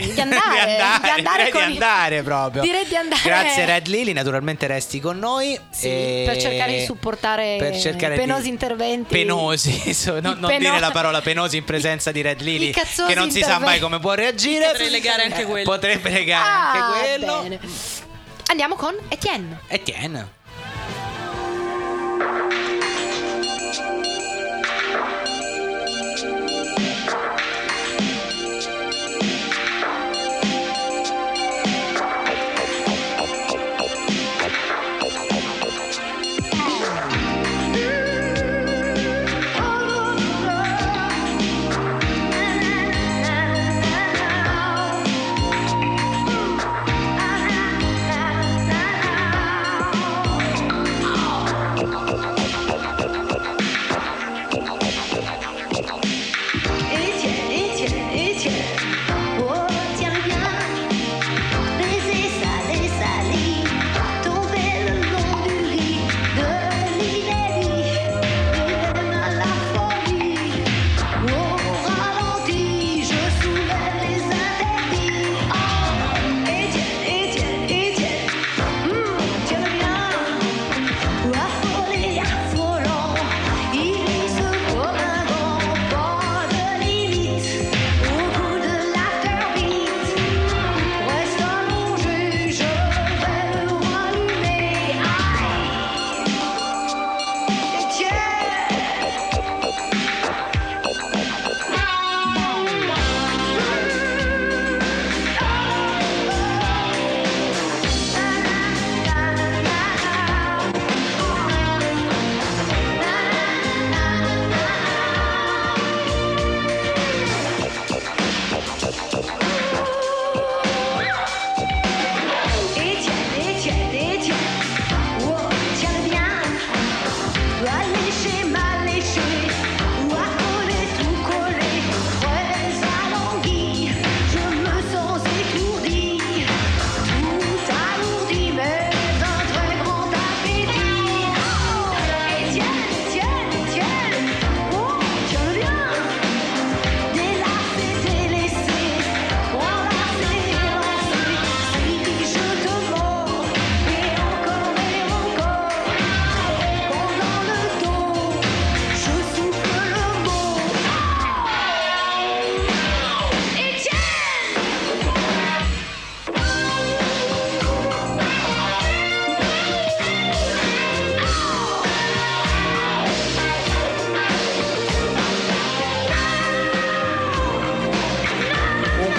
proprio. Direi di andare. Grazie Red Lily, naturalmente resti con noi. Sì, per cercare di supportare penosi interventi. Penosi, non dire la parola penosi in presenza di Red Lily, che non si sa mai come può reagire. Potrei legare anche quello. Potrebbe legare anche quello. Bene. Andiamo con Etienne.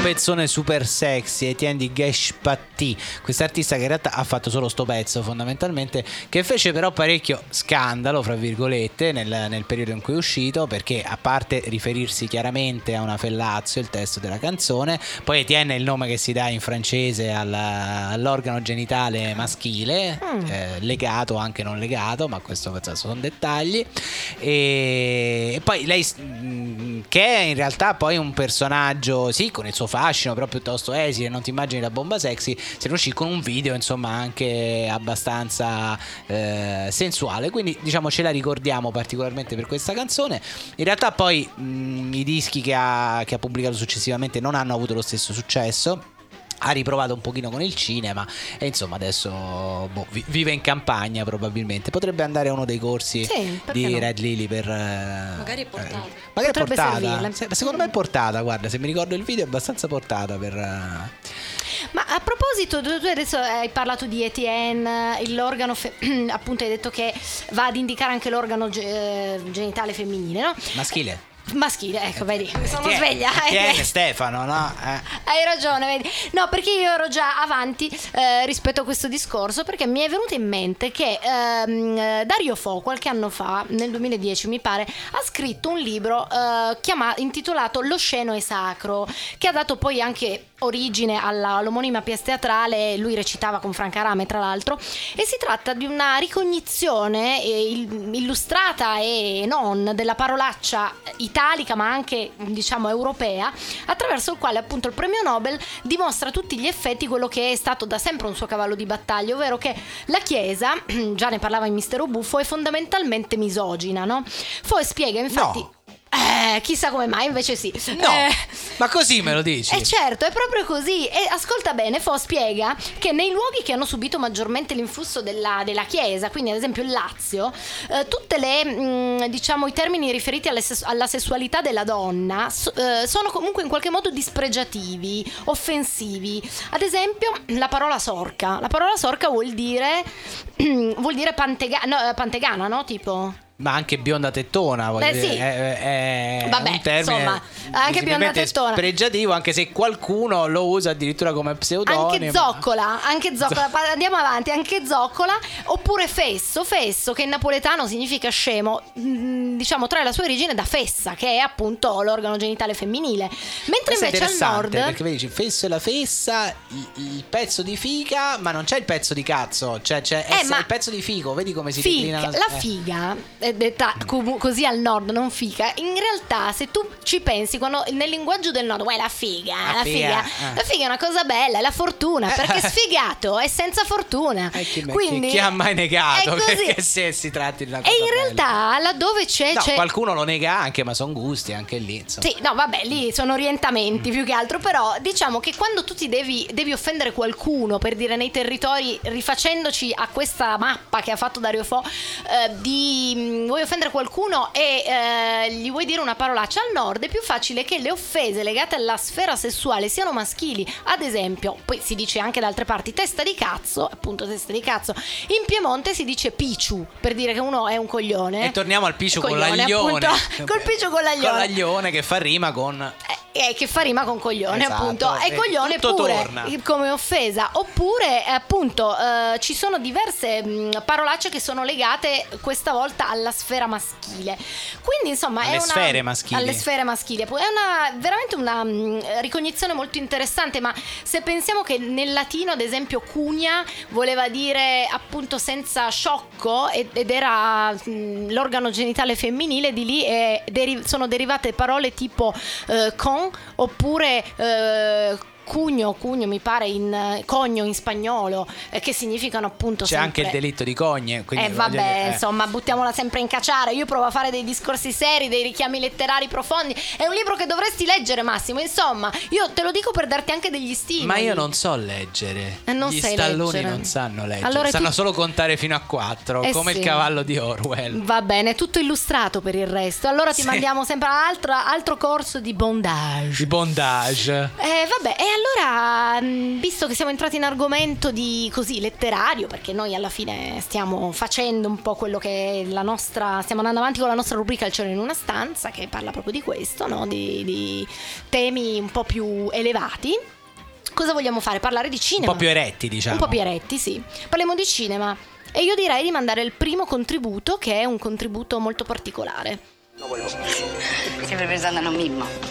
pezzone super sexy, Etienne di Geshpatti, quest'artista che in realtà ha fatto solo sto pezzo fondamentalmente, che fece però parecchio scandalo fra virgolette nel periodo in cui è uscito, perché a parte riferirsi chiaramente a una fellazio, il testo della canzone, poi Etienne è il nome che si dà in francese all'organo genitale maschile, legato o anche non legato, ma questo sono dettagli. E poi lei, che è in realtà poi un personaggio, sì, con il suo fascino, però piuttosto esile, non ti immagini la bomba sexy, si riuscì con un video insomma anche abbastanza sensuale, quindi diciamo ce la ricordiamo particolarmente per questa canzone. In realtà poi i dischi che ha pubblicato successivamente non hanno avuto lo stesso successo. Ha riprovato un pochino con il cinema e insomma adesso vive in campagna, probabilmente potrebbe andare a uno dei corsi di no? Red Lily per magari è portata, magari è portata. Secondo me è portata, guarda, se mi ricordo il video è abbastanza portata per Ma a proposito, tu adesso hai parlato di Etienne, l'organo appunto hai detto che va ad indicare anche l'organo genitale femminile, no? Maschile, ecco, vedi, sono sveglia. Tiene Stefano, no? Hai ragione, vedi. No, perché io ero già avanti rispetto a questo discorso, perché mi è venuto in mente che Dario Fo qualche anno fa, nel 2010 mi pare, ha scritto un libro intitolato Lo sceno e sacro, che ha dato poi anche origine all'omonima pièce teatrale. Lui recitava con Franca Rame, tra l'altro, e si tratta di una ricognizione illustrata e non della parolaccia italica ma anche diciamo europea, attraverso il quale appunto il premio Nobel dimostra a tutti gli effetti quello che è stato da sempre un suo cavallo di battaglia, ovvero che la Chiesa, già ne parlava in Mistero Buffo, è fondamentalmente misogina, no? Poi spiega infatti chissà come mai, invece sì. No, ma così me lo dici? Certo, è proprio così. E ascolta bene, Fo spiega che nei luoghi che hanno subito maggiormente l'influsso della Chiesa, quindi ad esempio il Lazio, tutte le diciamo i termini riferiti alla sessualità della donna sono comunque in qualche modo dispregiativi, offensivi. Ad esempio la parola sorca. La parola sorca vuol dire pantegana, no? Tipo ma anche bionda tettona, voglio dire, sì. È vabbè, un termine insomma, anche bionda tettona spregiativo, anche se qualcuno lo usa addirittura come pseudonimo. Anche zoccola, andiamo avanti, anche zoccola, oppure fesso, che in napoletano significa scemo, diciamo trae la sua origine da fessa, che è appunto l'organo genitale femminile. Mentre invece al nord, perché vedi, fesso è la fessa, il pezzo di figa, ma non c'è il pezzo di cazzo, cioè il pezzo di figo, vedi come si declina la figa detta così al nord, non figa. In realtà se tu ci pensi, quando nel linguaggio del nord la figa è una cosa bella, è la fortuna, perché sfigato è senza fortuna. Quindi chi ha mai negato che se si tratti di una cosa e in bella. Realtà laddove c'è qualcuno lo nega anche, ma sono gusti anche lì, insomma. Sì, no vabbè, lì sono orientamenti più che altro, però diciamo che quando tu ti devi offendere qualcuno, per dire nei territori, rifacendoci a questa mappa che ha fatto Dario Fo, vuoi offendere qualcuno e gli vuoi dire una parolaccia, al nord è più facile che le offese legate alla sfera sessuale siano maschili. Ad esempio, poi si dice anche da altre parti testa di cazzo, appunto testa di cazzo. In Piemonte si dice picciu, per dire che uno è un coglione. E torniamo al picciu con l'aglione, appunto, col picciu con l'aglione che fa rima con che fa rima con coglione, esatto, appunto, e coglione pure torna come offesa. Oppure appunto ci sono diverse parolacce che sono legate questa volta alla sfera maschile, quindi insomma alle sfere maschili, è veramente una ricognizione molto interessante. Ma se pensiamo che nel latino ad esempio cugna voleva dire appunto senza sciocco ed era l'organo genitale femminile, di lì sono derivate parole tipo con, oppure cugno mi pare cogno in spagnolo, che significano appunto c'è sempre anche il delitto di cogne, quindi insomma buttiamola sempre in cacciare. Io provo a fare dei discorsi seri, dei richiami letterari profondi. È un libro che dovresti leggere, Massimo, insomma io te lo dico per darti anche degli stimoli. Ma io non so leggere, non gli sai stalloni leggere. Non sanno leggere, allora sanno solo contare fino a 4, come il cavallo di Orwell. Va bene, tutto illustrato per il resto. Allora ti mandiamo sempre altro corso di bondage. Vabbè, e allora, visto che siamo entrati in argomento di così letterario, perché noi alla fine stiamo facendo un po' quello che è la nostra, stiamo andando avanti con la nostra rubrica Il cielo in una stanza, che parla proprio di questo, no? Di temi un po' più elevati. Cosa vogliamo fare? Parlare di cinema. Un po' più eretti, diciamo. Un po' più eretti, sì. Parliamo di cinema. E io direi di mandare il primo contributo, che è un contributo molto particolare. Stiamo pensando a un mimmo.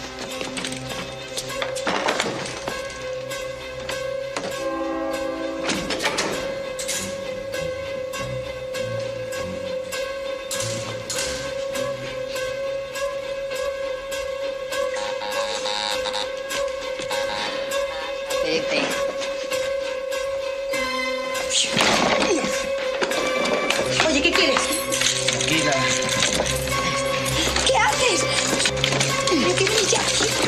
Oye, ¿qué quieres? Tranquila. ¿Qué haces? ¿Qué brilla?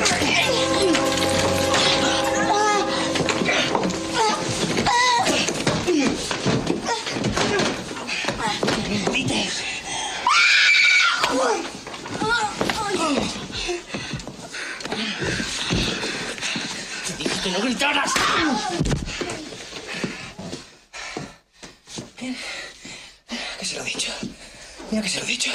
Dije que no gritaras. Que se lo he dicho. Mira que se lo he dicho.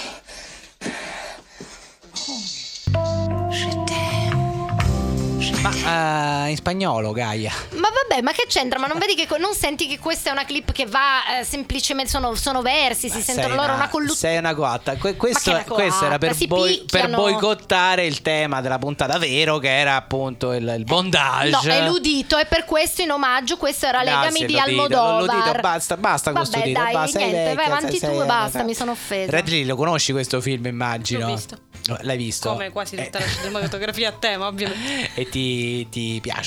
Ma in spagnolo, Gaia. Ma vabbè, ma che c'entra? Ma non vedi che non senti che questa è una clip che va semplicemente sono versi, si sentono loro una colluttazione. Sei una coatta. Questo era per picchiano. boicottare il tema della puntata vero, che era appunto il bondage. No, è l'udito, e per questo in omaggio questo era Legami di Almodovar. Almodovar. Basta con questo Vabbè, udito. dai, Basta, niente, vai avanti tu e basta, sei- mi sono offesa. Red Lily, lo conosci questo film, immagino? L'ho visto. L'hai visto? Come quasi tutta la cinematografia a tema, ovviamente. E ti piace?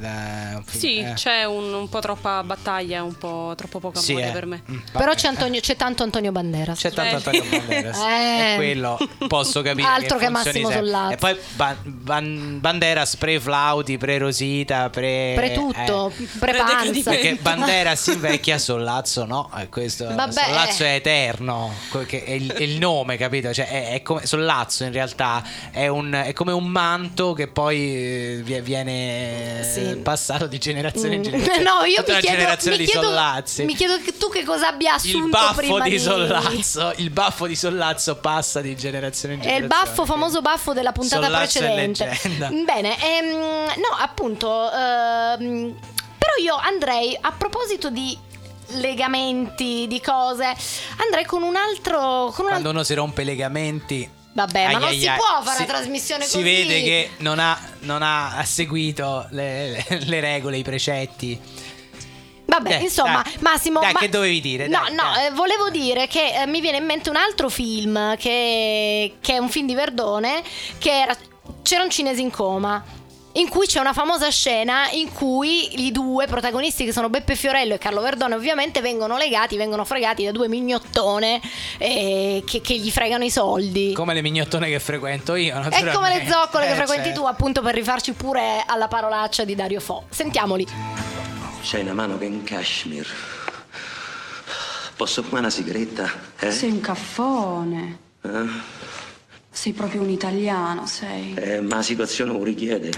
Sì, c'è un po' troppa battaglia, un po' troppo poco amore per me. Però c'è tanto Antonio Banderas. C'è tanto Antonio Banderas. E quello posso capire. Altro che funzioni Massimo sempre. Sollazzo. E poi Banderas pre-flauti, pre-rosita, Pre-tutto, pre-panza. perché Banderas invecchia, Sollazzo no. Questo Vabbè. Sollazzo è eterno, che è il nome, capito? Cioè è come Sollazzo in realtà è come un manto che poi viene passato di generazione in generazione. No, io Tutta mi una generazione di chiedo, Sollazzi. mi chiedo tu che cosa abbia assunto Il baffo prima di Sollazzo, il baffo di Sollazzo passa di generazione in è generazione. il famoso baffo della puntata Sollazzo precedente. è leggenda. Bene, no, appunto, però io andrei, a proposito di legamenti, di cose, andrei con un altro. Quando uno si rompe i legamenti. Vabbè, ma non si può fare una trasmissione così. Si vede che non ha seguito le regole, i precetti. Vabbè, insomma, dai, Massimo. Dai, che dovevi dire? No, Dai. volevo dire che mi viene in mente un altro film che è un film di Verdone, C'era un cinese in coma, in cui c'è una famosa scena in cui i due protagonisti, che sono Beppe Fiorello e Carlo Verdone, ovviamente vengono fregati da due mignottone che gli fregano i soldi. Come le mignottone che frequento io, naturalmente. E come le zoccole che frequenti certo. tu, appunto, per rifarci pure alla parolaccia di Dario Fo. Sentiamoli. C'hai una mano che è in cashmere. Posso fumare una sigaretta? Sei un caffone. Sei proprio un italiano, sei. Ma la situazione lo richiede.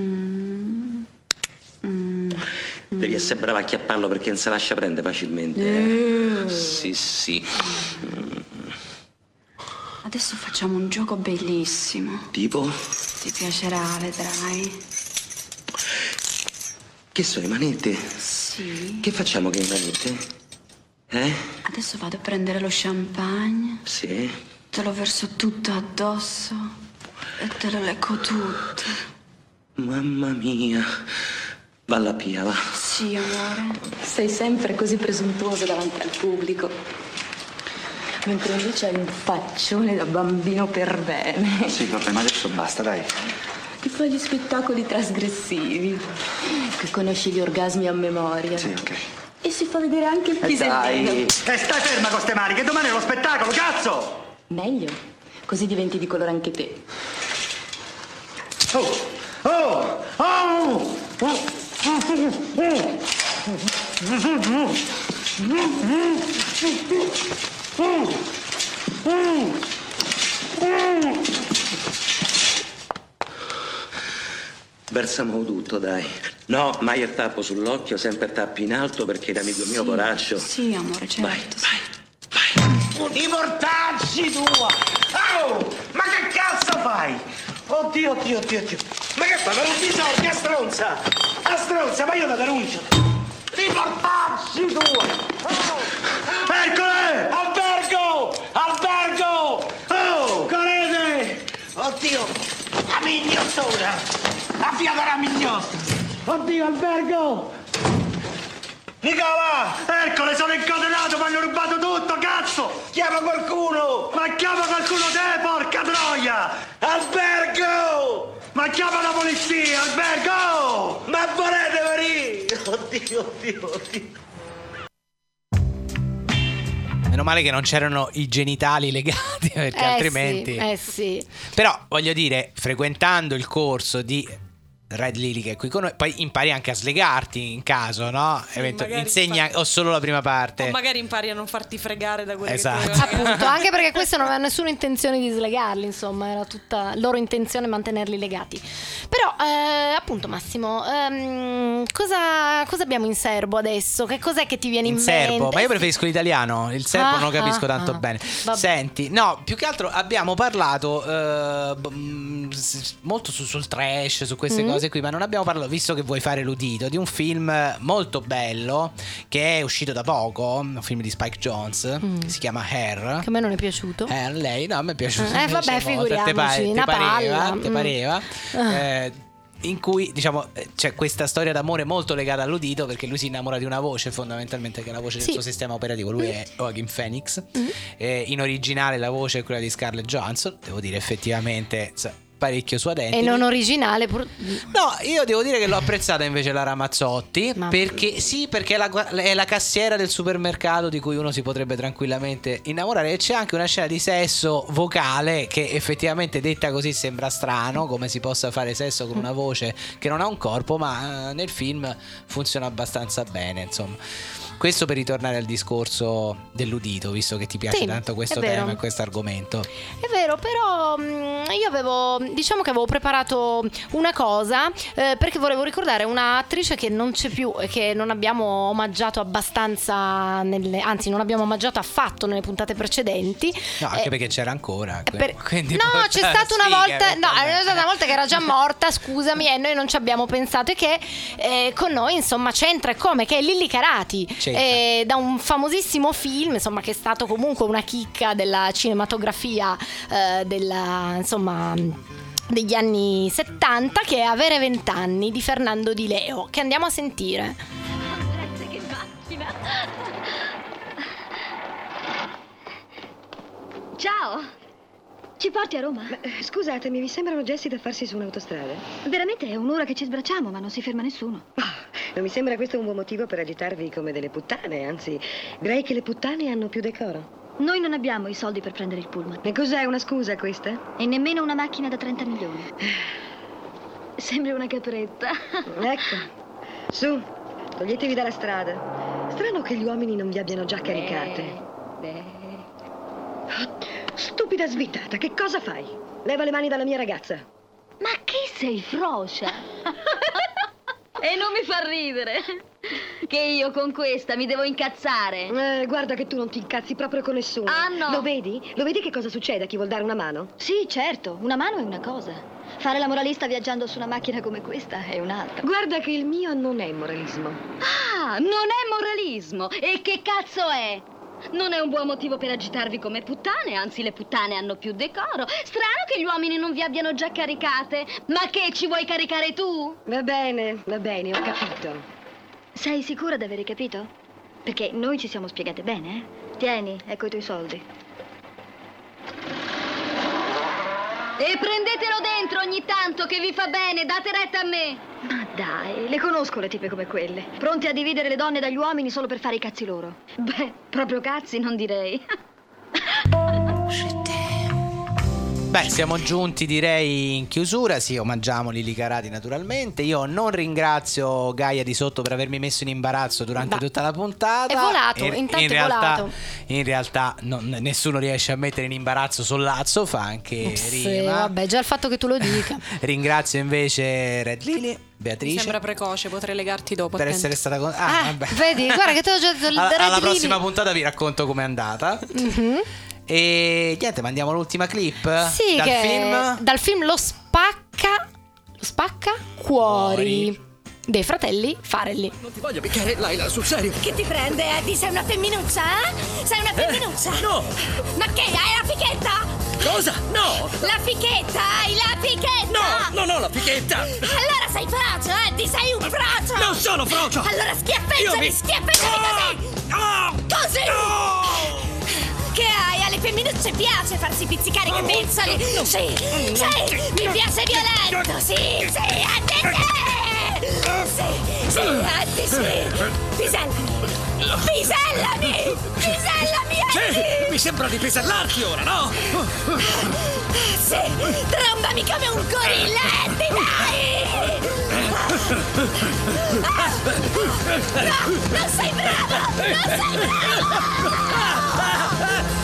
Devi essere brava a acchiapparlo perché non si lascia prendere facilmente. Sì. Adesso facciamo un gioco bellissimo. Tipo? Ti piacerà, vedrai. Che sono i manette? Sì. Che facciamo con i manette? Adesso vado a prendere lo champagne. Sì. Te lo verso tutto addosso e te lo lecco tutto. Mamma mia. Valla Pia, va. Sì, amore. Sei sempre così presuntuoso davanti al pubblico. Mentre invece hai un faccione da bambino per bene. Sì, vabbè, ma adesso basta, dai. Ti fai gli spettacoli trasgressivi. Che conosci gli orgasmi a memoria. Sì, ok. E si fa vedere anche il pisellino. E stai ferma con ste mani, che domani è lo spettacolo, cazzo! Meglio, così diventi di colore anche te. Versiamo tutto, dai. No, mai il tappo sull'occhio, sempre tappi in alto perché l'amico mio poraccio. Sì, amore, certo. Vai. I mortacci tua! Oh, ma che cazzo fai? Oddio. Ma che fai? Ma non ti soldi, a stronza! A stronza, ma io la denuncio! I mortacci tua! Oh. Ercole! Albergo! Oh, correte! Oddio! La mignottona! Affiata la mignotta! Oddio, Albergo! Nicola! Ercole, sono incatenato, mi hanno rubato tutto, cazzo! Chiama qualcuno! Ma chiama qualcuno te, porca troia! Albergo! Ma chiama la polizia, Albergo! Ma volete venire? Oddio. Meno male che non c'erano i genitali legati, perché altrimenti... Sì. Però, voglio dire, frequentando il corso di Red Lily, che è qui con noi, poi impari anche a slegarti in caso, no? Sì, insegna o solo la prima parte. O magari impari a non farti fregare da quelli esatto. che Appunto, anche perché questo non aveva nessuna intenzione di slegarli, insomma, era tutta loro intenzione mantenerli legati. Però, appunto, Massimo, cosa abbiamo in serbo adesso? Che cos'è che ti viene in mente? Serbo, ma io preferisco l'italiano, il serbo non lo capisco tanto bene. Vabbè. Senti, no, più che altro abbiamo parlato molto sul trash, su queste cose qui, ma non abbiamo parlato, visto che vuoi fare l'udito, di un film molto bello che è uscito da poco, un film di Spike Jonze, che si chiama Hair. Che a me non è piaciuto. Lei, no, a me è piaciuto. Vabbè, figuriamoci, una palla. Te pareva? In cui, diciamo, c'è questa storia d'amore molto legata all'udito, perché lui si innamora di una voce, fondamentalmente, che è la voce del suo sistema operativo. Lui è Joaquin Phoenix. In originale la voce è quella di Scarlett Johansson. Devo dire, effettivamente parecchio suadente. E non originale No, io devo dire che l'ho apprezzata invece la Ramazzotti, perché è la cassiera del supermercato di cui uno si potrebbe tranquillamente innamorare, e c'è anche una scena di sesso vocale che effettivamente, detta così, sembra strano come si possa fare sesso con una voce che non ha un corpo, ma nel film funziona abbastanza bene, insomma. Questo per ritornare al discorso dell'udito, visto che ti piace tanto questo tema e questo argomento. È vero, però io avevo preparato una cosa, perché volevo ricordare un'attrice che non c'è più e che non abbiamo omaggiato abbastanza anzi non abbiamo omaggiato affatto nelle puntate precedenti. No, anche perché c'era ancora. Quindi no, c'è stata una volta che era già morta, scusami, e noi non ci abbiamo pensato, e che con noi insomma c'entra e come, che è Lilli Carati. Da un famosissimo film, insomma, che è stato comunque una chicca della cinematografia degli anni 70, che è Avere 20 anni di Fernando Di Leo, che andiamo a sentire. Che macchina! Ciao! Ci porti a Roma? Scusatemi, vi sembrano gesti da farsi su un'autostrada? Veramente è un'ora che ci sbracciamo, ma non si ferma nessuno. Non mi sembra questo un buon motivo per agitarvi come delle puttane, anzi, direi che le puttane hanno più decoro. Noi non abbiamo i soldi per prendere il pullman. E cos'è, una scusa questa? E nemmeno una macchina da 30 milioni. Sembri una capretta. Ecco, su, toglietevi dalla strada. Strano che gli uomini non vi abbiano già caricate. Stupida svitata, che cosa fai? Leva le mani dalla mia ragazza. Ma che sei frocia? E non mi fa ridere che io con questa mi devo incazzare. Guarda che tu non ti incazzi proprio con nessuno. Ah, no. Lo vedi? Lo vedi che cosa succede a chi vuol dare una mano? Sì, certo, una mano è una cosa. Fare la moralista viaggiando su una macchina come questa è un'altra. Guarda che il mio non è moralismo. Ah, non è moralismo. E che cazzo è? Non è un buon motivo per agitarvi come puttane, anzi le puttane hanno più decoro. Strano che gli uomini non vi abbiano già caricate. Ma che, ci vuoi caricare tu? Va bene, ho capito. Sei sicura di aver capito? Perché noi ci siamo spiegate bene, eh? Tieni, ecco i tuoi soldi. E prendetelo dentro ogni tanto, che vi fa bene, date retta a me. Ma dai, le conosco le tipe come quelle. Pronti a dividere le donne dagli uomini solo per fare i cazzi loro. Beh, proprio cazzi non direi. Beh, siamo giunti direi in chiusura. Sì, omaggiamo Lili Carati naturalmente. Io non ringrazio Gaia di sotto per avermi messo in imbarazzo durante tutta la puntata. È volato, intanto è volato. In realtà nessuno riesce a mettere in imbarazzo Sollazzo, fa anche Sì, rima. vabbè, già il fatto che tu lo dica. Ringrazio invece Red Lily, Beatrice. Mi sembra precoce, potrei legarti dopo. Per essere stata con... vabbè. Vedi, guarda che te l'ho già detto. Alla prossima puntata vi racconto com'è andata. E niente, mandiamo l'ultima clip. Sì, dal film Lo spacca cuori dei fratelli Farelli. Non ti voglio picchiare, Laila, sul serio. Che ti prende, Eddie? Sei una femminuccia, eh? Sei una femminuccia? No! Ma che, hai la fichetta? Cosa? No! La fichetta, hai la fichetta! No, non ho la fichetta! Allora sei frocio, Eddie, sei un frocio! Non sono frocio! Allora schiaffeggiami, schiaffeggiami così! Così! Che hai? Alle femminucce piace farsi pizzicare i pezzoli! Sì, mi piace violento! Sì, Eddie, sì! Pisellami! Sì, mi sembra di pisellarti ora, no? Sì, trombami come un gorilla, Eddie, dai! No, non sei bravo! Non sei bravo!